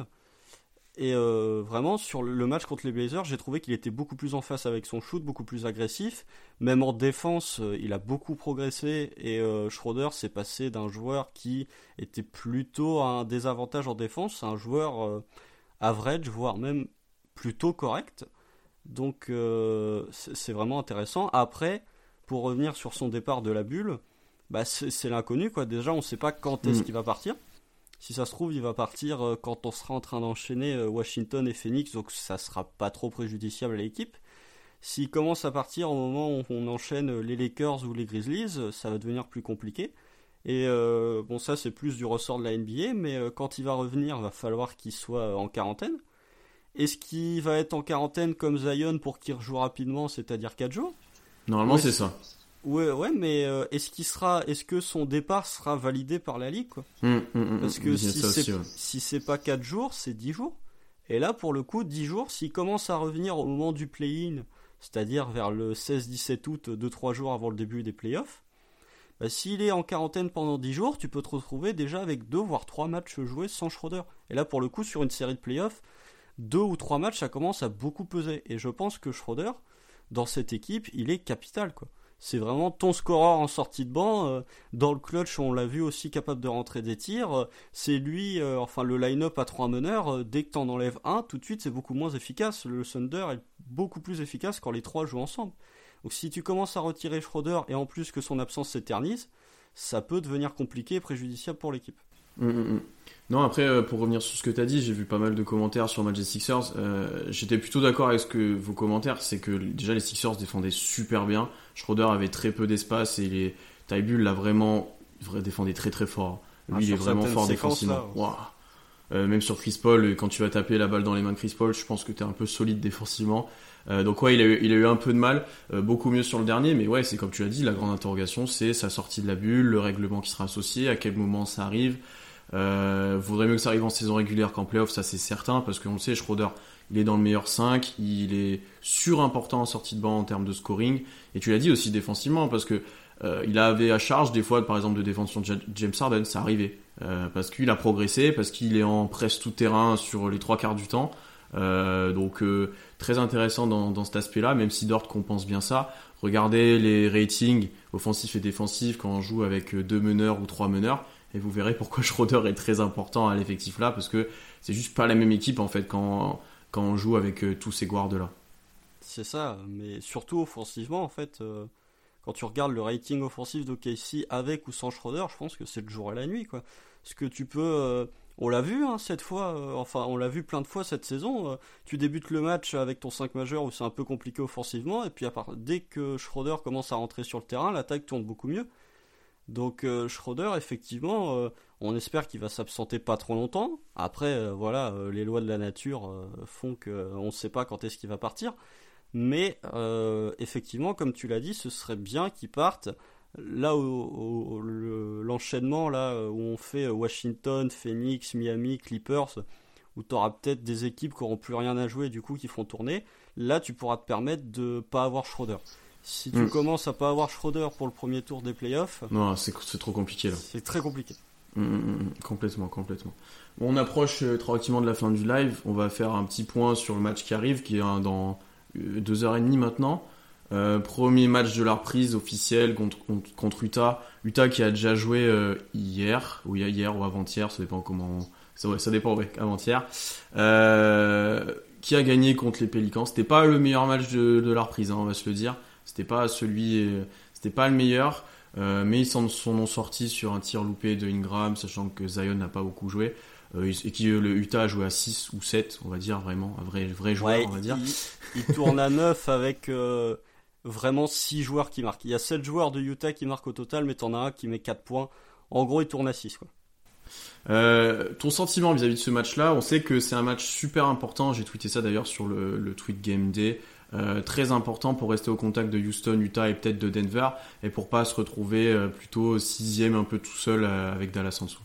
Speaker 2: Et euh, vraiment, sur le match contre les Blazers, j'ai trouvé qu'il était beaucoup plus en face avec son shoot, beaucoup plus agressif. Même en défense, euh, il a beaucoup progressé. Et euh, Schroeder s'est passé d'un joueur qui était plutôt à un désavantage en défense à un joueur euh, average, voire même plutôt correct. Donc euh, c'est, c'est vraiment intéressant. Après, pour revenir sur son départ de la bulle, bah c'est, c'est l'inconnu, quoi. Déjà, on ne sait pas quand est-ce mmh. qu'il va partir. Si ça se trouve, il va partir euh, quand on sera en train d'enchaîner euh, Washington et Phoenix, donc ça sera pas trop préjudiciable à l'équipe. S'il commence à partir au moment où on enchaîne les Lakers ou les Grizzlies, ça va devenir plus compliqué. Et euh, bon, ça c'est plus du ressort de la N B A, mais euh, quand il va revenir, il va falloir qu'il soit en quarantaine. Est-ce qu'il va être en quarantaine comme Zion pour qu'il rejoue rapidement, c'est-à-dire quatre jours?
Speaker 1: Normalement, c'est ça.
Speaker 2: Ouais, ouais, mais euh, est-ce qu'il sera, est-ce que son départ sera validé par la ligue, quoi?
Speaker 1: mmh, mmh,
Speaker 2: Parce que si c'est,
Speaker 1: aussi, ouais.
Speaker 2: si c'est pas quatre jours, c'est dix jours. Et là, pour le coup, dix jours, s'il commence à revenir au moment du play-in, c'est-à-dire vers le seize dix-sept août, deux trois jours avant le début des playoffs, bah, s'il est en quarantaine pendant dix jours, tu peux te retrouver déjà avec deux voire trois matchs joués sans Schroeder. Et là, pour le coup, sur une série de playoffs, deux ou trois matchs, ça commence à beaucoup peser. Et je pense que Schroeder, dans cette équipe, il est capital, quoi. C'est vraiment ton scoreur en sortie de banc. Euh, dans le clutch, on l'a vu aussi capable de rentrer des tirs. Euh, c'est lui, euh, enfin le line-up à trois meneurs. Euh, dès que t'en enlèves un, tout de suite, c'est beaucoup moins efficace. Le Thunder est beaucoup plus efficace quand les trois jouent ensemble. Donc si tu commences à retirer Schroeder et en plus que son absence s'éternise, ça peut devenir compliqué et préjudiciable pour l'équipe.
Speaker 1: Mmh, mmh. Non, après, euh, pour revenir sur ce que tu as dit, j'ai vu pas mal de commentaires sur le match des Sixers. Euh, j'étais plutôt d'accord avec ce que vos commentaires, c'est que déjà les Sixers défendaient super bien. Schroeder avait très peu d'espace et les Ty Bull l'a vraiment, vraiment défendait très très fort. Lui, ah, il est vraiment fort défensivement. Wow. Euh, même sur Chris Paul, quand tu vas taper la balle dans les mains de Chris Paul, je pense que tu es un peu solide défensivement. Euh, donc ouais, il a, eu, il a eu un peu de mal, euh, beaucoup mieux sur le dernier, mais ouais, c'est comme tu l'as dit, la grande interrogation, c'est sa sortie de la bulle, le règlement qui sera associé, à quel moment ça arrive. Euh, vaudrait mieux que ça arrive en saison régulière qu'en playoff, ça c'est certain, parce qu'on le sait, Schroeder il est dans le meilleur cinq, il est surimportant en sortie de banc en termes de scoring, et tu l'as dit aussi défensivement, parce que euh, il avait à charge des fois par exemple de défense sur James Harden, ça arrivait, euh, parce qu'il a progressé, parce qu'il est en presse tout terrain sur les trois quarts du temps, euh, donc euh, très intéressant dans, dans cet aspect là, même si Dort compense bien ça. Regardez les ratings offensifs et défensifs quand on joue avec deux meneurs ou trois meneurs, et vous verrez pourquoi Schroeder est très important à l'effectif là, parce que c'est juste pas la même équipe en fait quand, quand on joue avec euh, tous ces guards là.
Speaker 2: C'est ça, mais surtout offensivement en fait, euh, quand tu regardes le rating offensif d'O K C avec ou sans Schroeder, je pense que c'est le jour et la nuit, quoi. Parce que tu peux, euh, on l'a vu hein, cette fois, euh, enfin on l'a vu plein de fois cette saison, euh, tu débutes le match avec ton cinq majeur où c'est un peu compliqué offensivement, et puis à part, dès que Schroeder commence à rentrer sur le terrain, l'attaque tourne beaucoup mieux. Donc euh, Schroeder, effectivement, euh, on espère qu'il va s'absenter pas trop longtemps. Après, euh, voilà, euh, les lois de la nature euh, font qu'on euh, ne sait pas quand est-ce qu'il va partir. Mais euh, effectivement, comme tu l'as dit, ce serait bien qu'il parte là où, où, où le, l'enchaînement là où on fait Washington, Phoenix, Miami, Clippers, où tu auras peut-être des équipes qui n'auront plus rien à jouer, du coup qui feront tourner. Là, tu pourras te permettre de pas avoir Schroeder. Si tu mmh. commences à pas avoir Schroeder pour le premier tour des playoffs,
Speaker 1: non, c'est, c'est trop compliqué là.
Speaker 2: C'est très compliqué.
Speaker 1: Mmh, complètement, complètement. Bon, on approche euh, tranquillement de la fin du live. On va faire un petit point sur le match qui arrive, qui est hein, dans euh, deux heures et demie maintenant. Euh, premier match de la reprise officiel contre, contre, contre Utah. Utah qui a déjà joué euh, hier, ou hier ou avant-hier, ça dépend comment. Ça, ouais, ça dépend, ouais, avant-hier. Euh, qui a gagné contre les Pélicans. C'était pas le meilleur match de, de la reprise, hein, on va se le dire. C'était pas celui, euh, c'était pas le meilleur. Euh, mais ils s'en sont sortis sur un tir loupé de Ingram, sachant que Zion n'a pas beaucoup joué. Euh, et qui le Utah a joué à six ou sept, on va dire, vraiment, un vrai, vrai joueur,
Speaker 2: ouais,
Speaker 1: on va dire.
Speaker 2: Il, il tourne à neuf avec euh, vraiment six joueurs qui marquent. Il y a sept joueurs de Utah qui marquent au total, mais t'en as un qui met quatre points. En gros, il tourne à six, quoi.
Speaker 1: Euh, ton sentiment vis-à-vis de ce match-là, on sait que c'est un match super important, j'ai tweeté ça d'ailleurs sur le, le tweet Game Day, euh, très important pour rester au contact de Houston, Utah et peut-être de Denver, et pour pas se retrouver euh, plutôt sixième un peu tout seul euh, avec Dallas en dessous.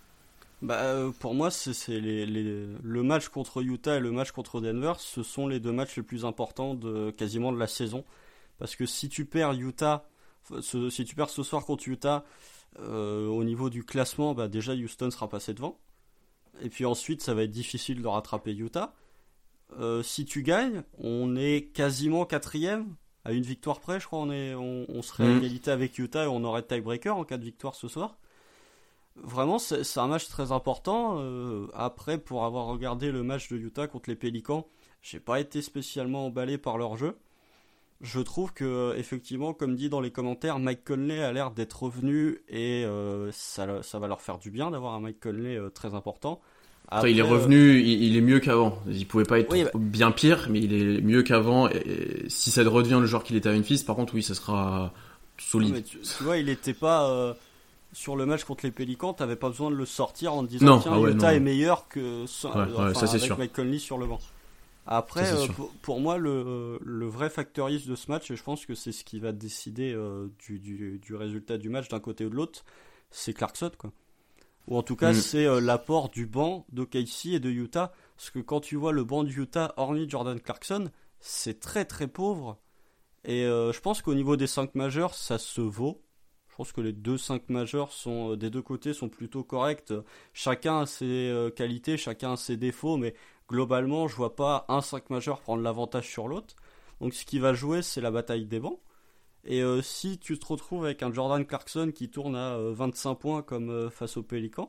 Speaker 2: Bah, euh, pour moi, c'est, c'est les, les, le match contre Utah et le match contre Denver, ce sont les deux matchs les plus importants de quasiment de la saison, parce que si tu perds Utah, ce, si tu perds ce soir contre Utah, Euh, au niveau du classement, bah déjà Houston sera passé devant. Et puis ensuite, ça va être difficile de rattraper Utah. Euh, si tu gagnes, on est quasiment quatrième, à une victoire près, je crois. On, est, on, on serait à égalité avec Utah et on aurait tiebreaker en cas de victoire ce soir. Vraiment, c'est, c'est un match très important. Euh, après, pour avoir regardé le match de Utah contre les Pélicans, j'ai pas été spécialement emballé par leur jeu. Je trouve que, effectivement, comme dit dans les commentaires, Mike Conley a l'air d'être revenu et euh, ça, ça va leur faire du bien d'avoir un Mike Conley euh, très important.
Speaker 1: Après, il est revenu, euh... il, il est mieux qu'avant. Il pouvait pas être oui, bah... bien pire, mais il est mieux qu'avant. Et, et si ça redevient le joueur qu'il était à Memphis, par contre, oui, ça sera solide.
Speaker 2: Non, mais tu, tu vois, il était pas euh, sur le match contre les Pélicans. T'avais pas besoin de le sortir en te disant
Speaker 1: non,
Speaker 2: tiens,
Speaker 1: ah ouais,
Speaker 2: Utah
Speaker 1: non.
Speaker 2: est meilleur que ça,
Speaker 1: ouais,
Speaker 2: enfin,
Speaker 1: ouais, ça, c'est
Speaker 2: avec
Speaker 1: sûr.
Speaker 2: Mike Conley sur le banc. Après,
Speaker 1: ça,
Speaker 2: euh, pour, pour moi, le, le vrai facteur X de ce match, et je pense que c'est ce qui va décider euh, du, du, du résultat du match d'un côté ou de l'autre, c'est Clarkson, quoi. Ou en tout cas, mm. c'est euh, l'apport du banc d'O K C et de Utah. Parce que quand tu vois le banc de Utah, hormis Jordan Clarkson, c'est très très pauvre. Et euh, je pense qu'au niveau des cinq majeurs, ça se vaut. Je pense que les deux cinq majeurs sont, euh, des deux côtés sont plutôt corrects. Chacun a ses euh, qualités, chacun a ses défauts, mais globalement, je vois pas un cinq majeur prendre l'avantage sur l'autre. Donc ce qui va jouer, c'est la bataille des bancs. Et euh, si tu te retrouves avec un Jordan Clarkson qui tourne à euh, vingt-cinq points comme euh, face aux Pélicans,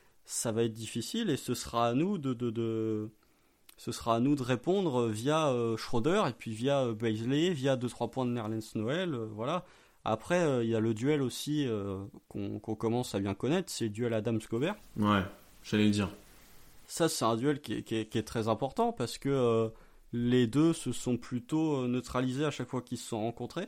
Speaker 2: ça va être difficile et ce sera à nous de, de, de, ce sera à nous de répondre via euh, Schroeder et puis via euh, Bazley, via deux trois points de Nerlens Noel, euh, voilà. Après, il euh, y a le duel aussi euh, qu'on, qu'on commence à bien connaître, c'est le duel Adams-Gobert.
Speaker 1: Ouais, j'allais le dire.
Speaker 2: Ça, c'est un duel qui est, qui est, qui est très important parce que euh, les deux se sont plutôt neutralisés à chaque fois qu'ils se sont rencontrés.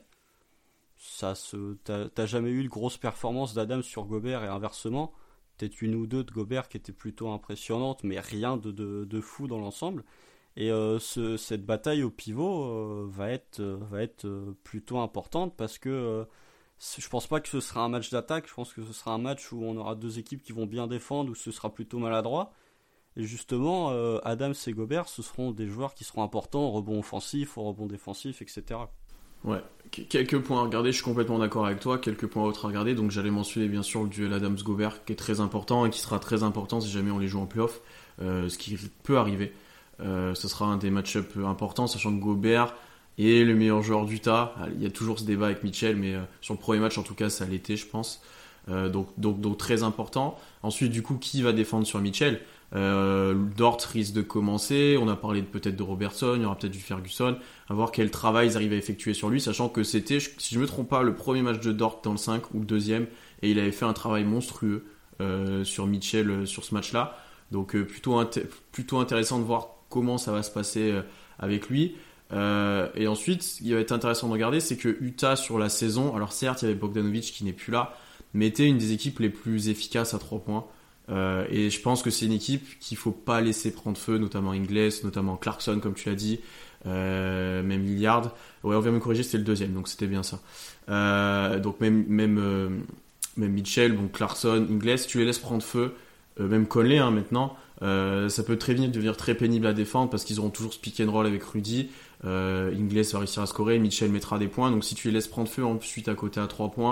Speaker 2: Ça se, t'as, t'as jamais eu de grosse performance d'Adams sur Gobert et inversement. Peut-être une ou deux de Gobert qui étaient plutôt impressionnantes, mais rien de, de, de fou dans l'ensemble. Et euh, ce, cette bataille au pivot euh, va être, euh, va être euh, plutôt importante parce que euh, je pense pas que ce sera un match d'attaque. Je pense que ce sera un match où on aura deux équipes qui vont bien défendre, où ce sera plutôt maladroit. Et justement, euh, Adams et Gobert, ce seront des joueurs qui seront importants au rebond offensif, au rebond défensif, et cetera.
Speaker 1: Ouais, quelques points à regarder, je suis complètement d'accord avec toi, quelques points autres à regarder, donc j'allais mentionner bien sûr le duel Adams-Gobert qui est très important et qui sera très important si jamais on les joue en play-off, euh, ce qui peut arriver. Euh, ce sera un des match-ups importants, sachant que Gobert est le meilleur joueur d'Utah. Il y a toujours ce débat avec Mitchell, mais euh, sur le premier match en tout cas ça l'était je pense. Euh, donc, donc, donc très important. Ensuite du coup, qui va défendre sur Mitchell? Euh, Dort risque de commencer, on a parlé de, peut-être de Robertson, il y aura peut-être du Ferguson, à voir quel travail ils arrivent à effectuer sur lui, sachant que c'était, si je me trompe pas, le premier match de Dort dans le cinq ou le deuxième, et il avait fait un travail monstrueux euh, sur Mitchell euh, sur ce match-là, donc euh, plutôt, inté- plutôt intéressant de voir comment ça va se passer euh, avec lui. Euh, et ensuite, ce qui va être intéressant de regarder, c'est que Utah sur la saison, alors certes il y avait Bogdanovic qui n'est plus là, mais était une des équipes les plus efficaces à trois points. Euh, et je pense que c'est une équipe qu'il faut pas laisser prendre feu, notamment Ingles, notamment Clarkson comme tu l'as dit, euh, même Lillard. Ouais, on vient me corriger, c'était le deuxième, donc c'était bien ça. Euh, donc même même euh, même Mitchell, bon Clarkson, Ingles, tu les laisses prendre feu, euh, même Conley hein, maintenant. Euh, ça peut très vite devenir très pénible à défendre parce qu'ils auront toujours ce pick and roll avec Rudy. Euh, Ingles va réussir à scorer, Mitchell mettra des points, donc si tu les laisses prendre feu ensuite à côté à trois points.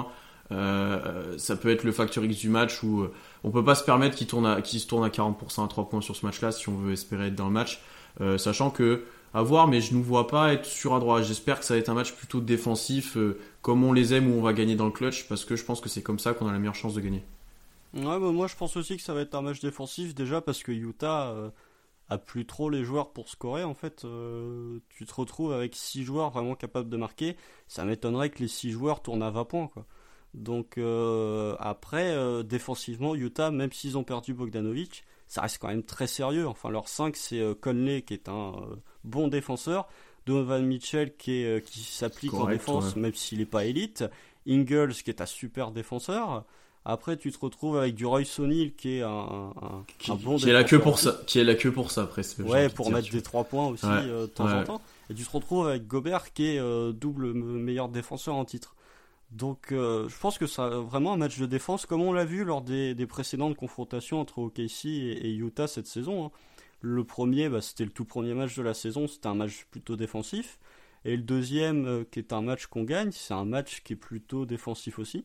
Speaker 1: Euh, ça peut être le facteur X du match où euh, on peut pas se permettre qu'il tourne à, qu'il se tourne à quarante pour cent à trois points sur ce match-là si on veut espérer être dans le match. Euh, sachant que, à voir, mais je ne nous vois pas être suradroit. J'espère que ça va être un match plutôt défensif, euh, comme on les aime, où on va gagner dans le clutch, parce que je pense que c'est comme ça qu'on a la meilleure chance de gagner.
Speaker 2: Ouais, bah moi je pense aussi que ça va être un match défensif, déjà parce que Utah euh, a plus trop les joueurs pour scorer. En fait, euh, tu te retrouves avec six joueurs vraiment capables de marquer. Ça m'étonnerait que les six joueurs tournent à vingt points, quoi. Donc euh, après, euh, défensivement, Utah, même s'ils ont perdu Bogdanovic, ça reste quand même très sérieux. Enfin, leur cinq, c'est euh, Conley qui est un euh, bon défenseur, Donovan Mitchell qui, est, euh, qui s'applique Correct, en défense, ouais. Même s'il n'est pas élite, Ingles qui est un super défenseur. Après, tu te retrouves avec du Royce O'Neal qui est un, un,
Speaker 1: qui,
Speaker 2: un bon
Speaker 1: qui est là que pour ça, qui est là que pour ça presque.
Speaker 2: Ouais, pour mettre dessus. Des trois points aussi
Speaker 1: ouais.
Speaker 2: euh, de temps
Speaker 1: ouais.
Speaker 2: en temps. Et tu te retrouves avec Gobert qui est euh, double meilleur défenseur en titre. Donc euh, je pense que c'est vraiment un match de défense comme on l'a vu lors des, des précédentes confrontations entre O K C et, et Utah cette saison. Hein. Le premier, bah, c'était le tout premier match de la saison, c'était un match plutôt défensif. Et le deuxième, euh, qui est un match qu'on gagne, c'est un match qui est plutôt défensif aussi.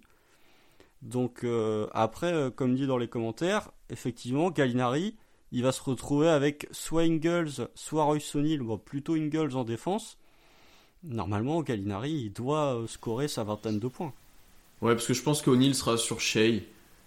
Speaker 2: Donc euh, après, euh, comme dit dans les commentaires, effectivement, Gallinari, il va se retrouver avec soit Ingles, soit Royce O'Neal, bon, plutôt Ingles en défense. Normalement, Gallinari, il doit scorer sa vingtaine de points.
Speaker 1: Ouais, parce que je pense qu'O'Neal sera sur Shea.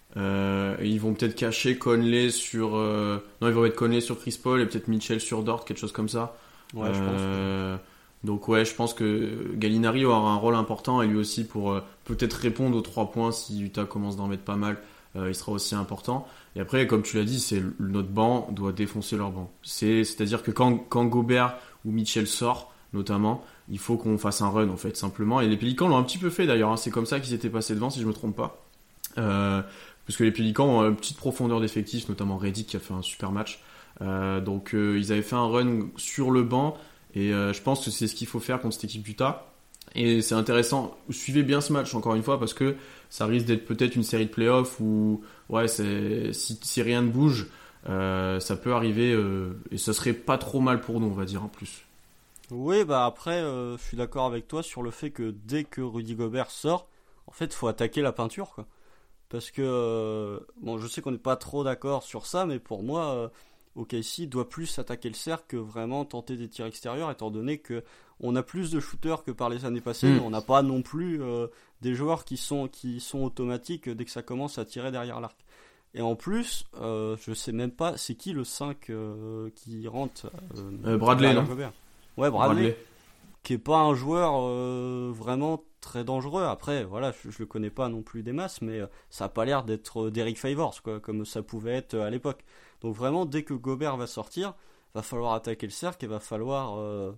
Speaker 1: Euh, et ils vont peut-être cacher Conley sur... Euh... Non, ils vont mettre Conley sur Chris Paul et peut-être Mitchell sur Dort, quelque chose comme ça.
Speaker 2: Ouais, euh... je pense. Que...
Speaker 1: Donc ouais, je pense que Gallinari aura un rôle important et lui aussi pour euh, peut-être répondre aux trois points si Utah commence d'en mettre pas mal. Euh, il sera aussi important. Et après, comme tu l'as dit, c'est notre banc doit défoncer leur banc. C'est, c'est-à-dire que quand, quand Gobert ou Mitchell sort, notamment, il faut qu'on fasse un run en fait simplement. Et les Pélicans l'ont un petit peu fait d'ailleurs. Hein. C'est comme ça qu'ils étaient passés devant, si je me trompe pas. Euh, parce que les Pélicans ont une petite profondeur d'effectifs, notamment Redick qui a fait un super match. Euh, donc euh, ils avaient fait un run sur le banc. Et euh, je pense que c'est ce qu'il faut faire contre cette équipe d'Utah. Et c'est intéressant. Suivez bien ce match encore une fois parce que ça risque d'être peut-être une série de playoffs où ouais, c'est, si, si rien ne bouge, euh, ça peut arriver euh, et ça serait pas trop mal pour nous, on va dire en plus.
Speaker 2: Oui, bah après, euh, je suis d'accord avec toi sur le fait que dès que Rudy Gobert sort, en fait, il faut attaquer la peinture, quoi. Parce que, euh, bon, je sais qu'on n'est pas trop d'accord sur ça, mais pour moi, euh, O K C doit plus attaquer le cercle que vraiment tenter des tirs extérieurs, étant donné que on a plus de shooters que par les années passées, mmh. mais on n'a pas non plus euh, des joueurs qui sont, qui sont automatiques dès que ça commence à tirer derrière l'arc. Et en plus, euh, je sais même pas, c'est qui le cinq euh, qui rentre
Speaker 1: euh, euh, Bradley, non
Speaker 2: Gobert. Ouais, Bradley, Bradley, qui est pas un joueur euh, vraiment très dangereux. Après, voilà, je, je le connais pas non plus des masses, mais euh, ça a pas l'air d'être euh, Derrick Favors, quoi, comme ça pouvait être euh, à l'époque. Donc vraiment, dès que Gobert va sortir, va falloir attaquer le cercle et va falloir euh,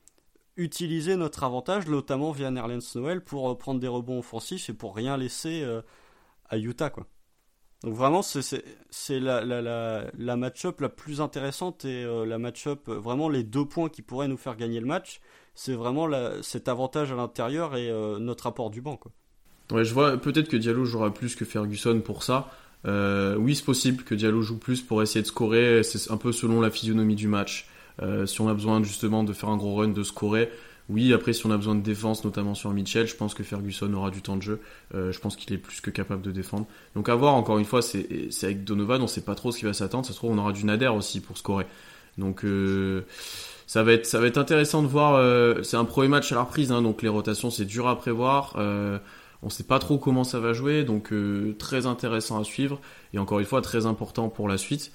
Speaker 2: utiliser notre avantage, notamment via Nerlens Noel, pour euh, prendre des rebonds offensifs et pour rien laisser euh, à Utah, quoi. Donc vraiment, c'est, c'est, c'est la, la, la, la match-up la plus intéressante et euh, la match-up, vraiment les deux points qui pourraient nous faire gagner le match, c'est vraiment la, cet avantage à l'intérieur et euh, notre apport du banc, quoi.
Speaker 1: Ouais, je vois peut-être que Diallo jouera plus que Ferguson pour ça. Euh, oui, c'est possible que Diallo joue plus pour essayer de scorer. C'est un peu selon la physionomie du match. Euh, si on a besoin justement de faire un gros run, de scorer. Oui, après si on a besoin de défense, notamment sur Mitchell, je pense que Ferguson aura du temps de jeu. Euh, je pense qu'il est plus que capable de défendre. Donc à voir, encore une fois, c'est, c'est avec Donovan, on sait pas trop ce qui va s'attendre. Ça se trouve, on aura du Nader aussi pour scorer. Donc euh, ça va être ça va être intéressant de voir. Euh, c'est un premier match à la reprise, hein, donc les rotations c'est dur à prévoir. Euh, on sait pas trop comment ça va jouer, donc euh, très intéressant à suivre. Et encore une fois, très important pour la suite.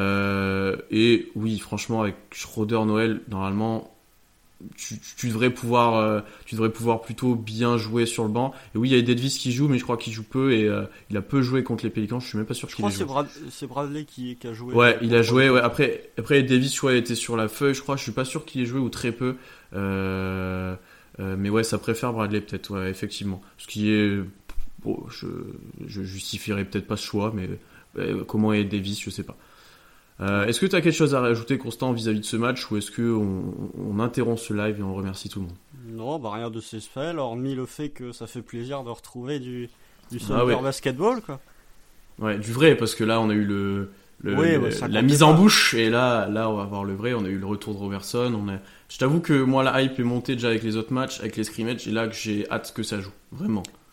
Speaker 1: Euh, et oui, franchement, avec Schroeder, Noel, normalement. Tu, tu devrais pouvoir euh, tu devrais pouvoir plutôt bien jouer sur le banc. Et oui, il y a Davis qui joue, mais je crois qu'il joue peu et euh, il a peu joué contre les Pélicans. Je suis même pas sûr
Speaker 2: je
Speaker 1: qu'il ait joué.
Speaker 2: Je crois que c'est Bradley qui, qui a joué.
Speaker 1: Ouais, il a joué. Ouais. Après, après Davis, ouais, était sur la feuille, je crois. Je suis pas sûr qu'il ait joué ou très peu. Euh, euh, mais ouais, ça préfère Bradley peut-être. Ouais, effectivement. Ce qui est, bon, je je justifierais peut-être pas ce choix, mais euh, comment est Davis, je sais pas. Euh, est-ce que tu as quelque chose à rajouter, Constant, vis-à-vis de ce match, ou est-ce qu'on on interrompt ce live et on remercie tout le monde?
Speaker 2: Non, bah rien de spécial, hormis le fait que ça fait plaisir de retrouver du, du soccer
Speaker 1: ah ouais.
Speaker 2: basketball, quoi.
Speaker 1: Ouais, du vrai, parce que là, on a eu le, le,
Speaker 2: oui,
Speaker 1: le
Speaker 2: bah,
Speaker 1: la mise pas. en bouche, et là, là, on va voir le vrai. On a eu le retour de Robertson. On a... Je t'avoue que moi, la hype est montée déjà avec les autres matchs, avec les scrimmages, et là, que j'ai hâte que ça joue, vraiment.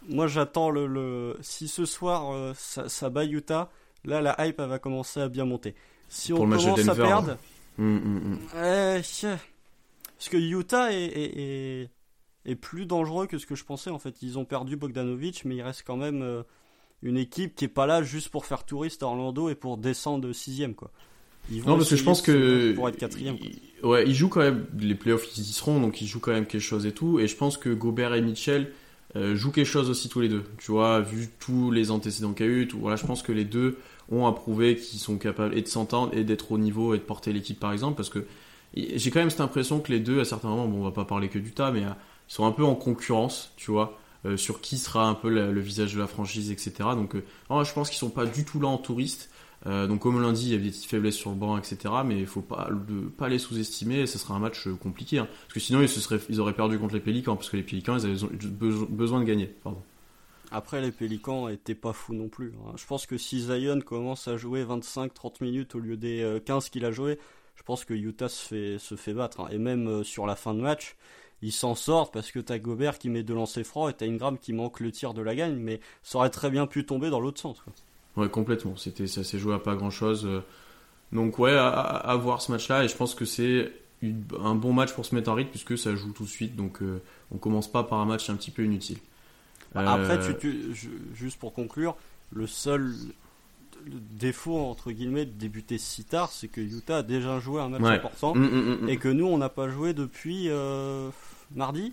Speaker 2: moi j'attends le, le... Si ce soir euh, ça, ça bat Utah, là la hype elle va commencer à bien monter. Si
Speaker 1: Pour
Speaker 2: on
Speaker 1: le match de
Speaker 2: commence à
Speaker 1: Denver,
Speaker 2: perdre...
Speaker 1: ouais. Hum, hum, hum.
Speaker 2: Euh, parce que Utah est, est, est, est plus dangereux que ce que je pensais en fait. Ils ont perdu Bogdanovic, mais il reste quand même euh, une équipe qui est pas là juste pour faire touriste à Orlando et pour descendre sixième quoi. Ils vont
Speaker 1: Non, parce que je pense que
Speaker 2: pour être quatrième.
Speaker 1: Il, ouais, ils jouent quand même les playoffs, ils y seront, donc ils jouent quand même quelque chose et tout. Et je pense que Gobert et Mitchell euh, jouent quelque chose aussi tous les deux. Tu vois, vu tous les antécédents qu'il y a eu, tout, voilà, je pense que les deux ont à prouver qu'ils sont capables et de s'entendre et d'être au niveau et de porter l'équipe par exemple, parce que j'ai quand même cette impression que les deux, à certains moments, bon, on va pas parler que d'Utah, mais euh, ils sont un peu en concurrence, tu vois, euh, sur qui sera un peu la, le visage de la franchise, et cetera. Donc, euh, non, je pense qu'ils sont pas du tout là en touriste. Euh, donc, comme on l'a dit, il y a des petites faiblesses sur le banc, et cetera. Mais il faut pas, le, pas les sous-estimer. Ce sera un match euh, compliqué, hein, parce que sinon, ils, se seraient, ils auraient perdu contre les Pélicans, parce que les Pélicans, ils avaient besoin, besoin de gagner. Pardon.
Speaker 2: Après, les Pélicans étaient pas fous non plus. Hein. Je pense que si Zion commence à jouer vingt-cinq trente minutes au lieu des euh, quinze qu'il a joué, je pense que Utah se fait, se fait battre. Hein. Et même euh, sur la fin de match, ils s'en sortent parce que t'as Gobert qui met deux lancers francs et t'as Ingram qui manque le tir de la gagne, mais ça aurait très bien pu tomber dans l'autre sens. Quoi.
Speaker 1: Ouais, complètement. C'était, ça s'est joué à pas grand-chose. Donc ouais, à, à voir ce match-là. Et je pense que c'est une, un bon match pour se mettre en rythme puisque ça joue tout de suite. Donc euh, on commence pas par un match un petit peu inutile.
Speaker 2: Après,
Speaker 1: Euh...
Speaker 2: tu, tu, je, juste pour conclure, le seul le défaut entre guillemets de débuter si tard, c'est que Utah a déjà joué un match
Speaker 1: ouais.
Speaker 2: important
Speaker 1: mmh, mmh, mmh.
Speaker 2: et que nous on n'a pas joué depuis euh, mardi.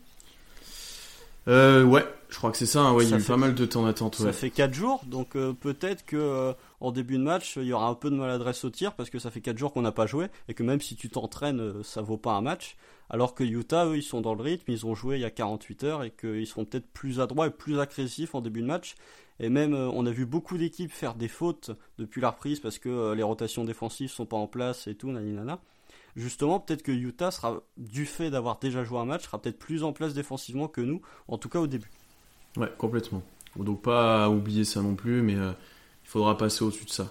Speaker 1: Euh, ouais, je crois que c'est ça. Hein, ouais,
Speaker 2: ça
Speaker 1: il y a eu
Speaker 2: fait,
Speaker 1: pas mal de temps d'attente. Ouais.
Speaker 2: Ça fait quatre jours, donc euh, peut-être que euh, en début de match, il y aura un peu de maladresse au tir parce que ça fait quatre jours qu'on n'a pas joué et que même si tu t'entraînes, euh, ça vaut pas un match. Alors que Utah, eux, ils sont dans le rythme, ils ont joué il y a quarante-huit heures et qu'ils seront peut-être plus adroits et plus agressifs en début de match. Et même, euh, on a vu beaucoup d'équipes faire des fautes depuis la reprise parce que euh, les rotations défensives sont pas en place et tout, naninana. Justement, peut-être que Utah sera, du fait d'avoir déjà joué un match, sera peut-être plus en place défensivement que nous, en tout cas au début.
Speaker 1: Ouais, complètement. Donc pas oublier ça non plus, mais euh, il faudra passer au-dessus de ça.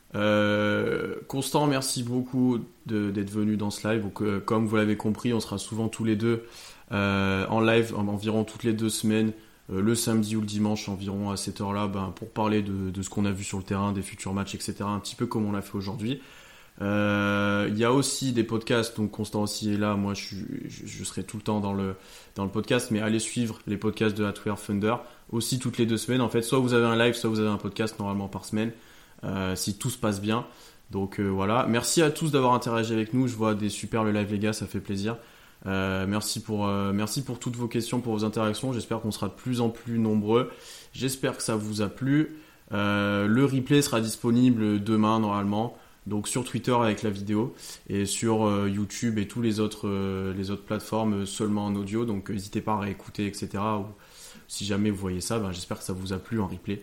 Speaker 1: Euh, Constant, merci beaucoup de, d'être venu dans ce live. Donc, euh, comme vous l'avez compris, on sera souvent tous les deux euh, en live, en, environ toutes les deux semaines, euh, le samedi ou le dimanche, environ à cette heure-là, ben, pour parler de, de ce qu'on a vu sur le terrain, des futurs matchs, et cetera. Un petit peu comme on l'a fait aujourd'hui. Il euh, y a aussi des podcasts, donc Constant aussi est là. Moi, je, je, je serai tout le temps dans le, dans le podcast, mais allez suivre les podcasts de Atwear Thunder aussi toutes les deux semaines. En fait, soit vous avez un live, soit vous avez un podcast normalement par semaine. Euh, si tout se passe bien. Donc euh, voilà, merci à tous d'avoir interagi avec nous. Je vois des super le live les gars, ça fait plaisir. Euh, merci pour euh, merci pour toutes vos questions, pour vos interactions. J'espère qu'on sera de plus en plus nombreux. J'espère que ça vous a plu. Euh, le replay sera disponible demain normalement. Donc sur Twitter avec la vidéo et sur euh, YouTube et tous les autres euh, les autres plateformes seulement en audio. Donc n'hésitez pas à réécouter, et cetera. Ou si jamais vous voyez ça, ben, j'espère que ça vous a plu en replay.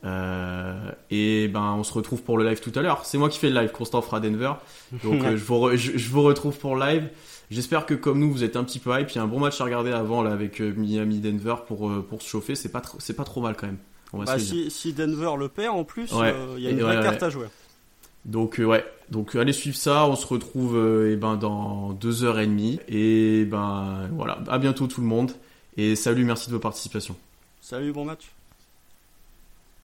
Speaker 1: Euh, et ben on se retrouve pour le live tout à l'heure. C'est moi qui fais le live, Constant fera Denver. Donc euh, je, vous re, je, je vous retrouve pour le live. J'espère que comme nous vous êtes un petit peu hype. Il y a un bon match à regarder avant là avec euh, Miami Denver pour euh, pour se chauffer. C'est pas tr- c'est pas trop mal quand même. On va
Speaker 2: bah,
Speaker 1: se
Speaker 2: si, si Denver le perd en plus, il
Speaker 1: ouais.
Speaker 2: euh, y a une
Speaker 1: et
Speaker 2: vraie
Speaker 1: ouais,
Speaker 2: carte
Speaker 1: ouais.
Speaker 2: à jouer.
Speaker 1: Donc euh, ouais, donc allez suivre ça. On se retrouve euh, et ben dans deux heures et demie. Et ben voilà, à bientôt tout le monde. Et salut, merci de vos participations.
Speaker 2: Salut, bon match.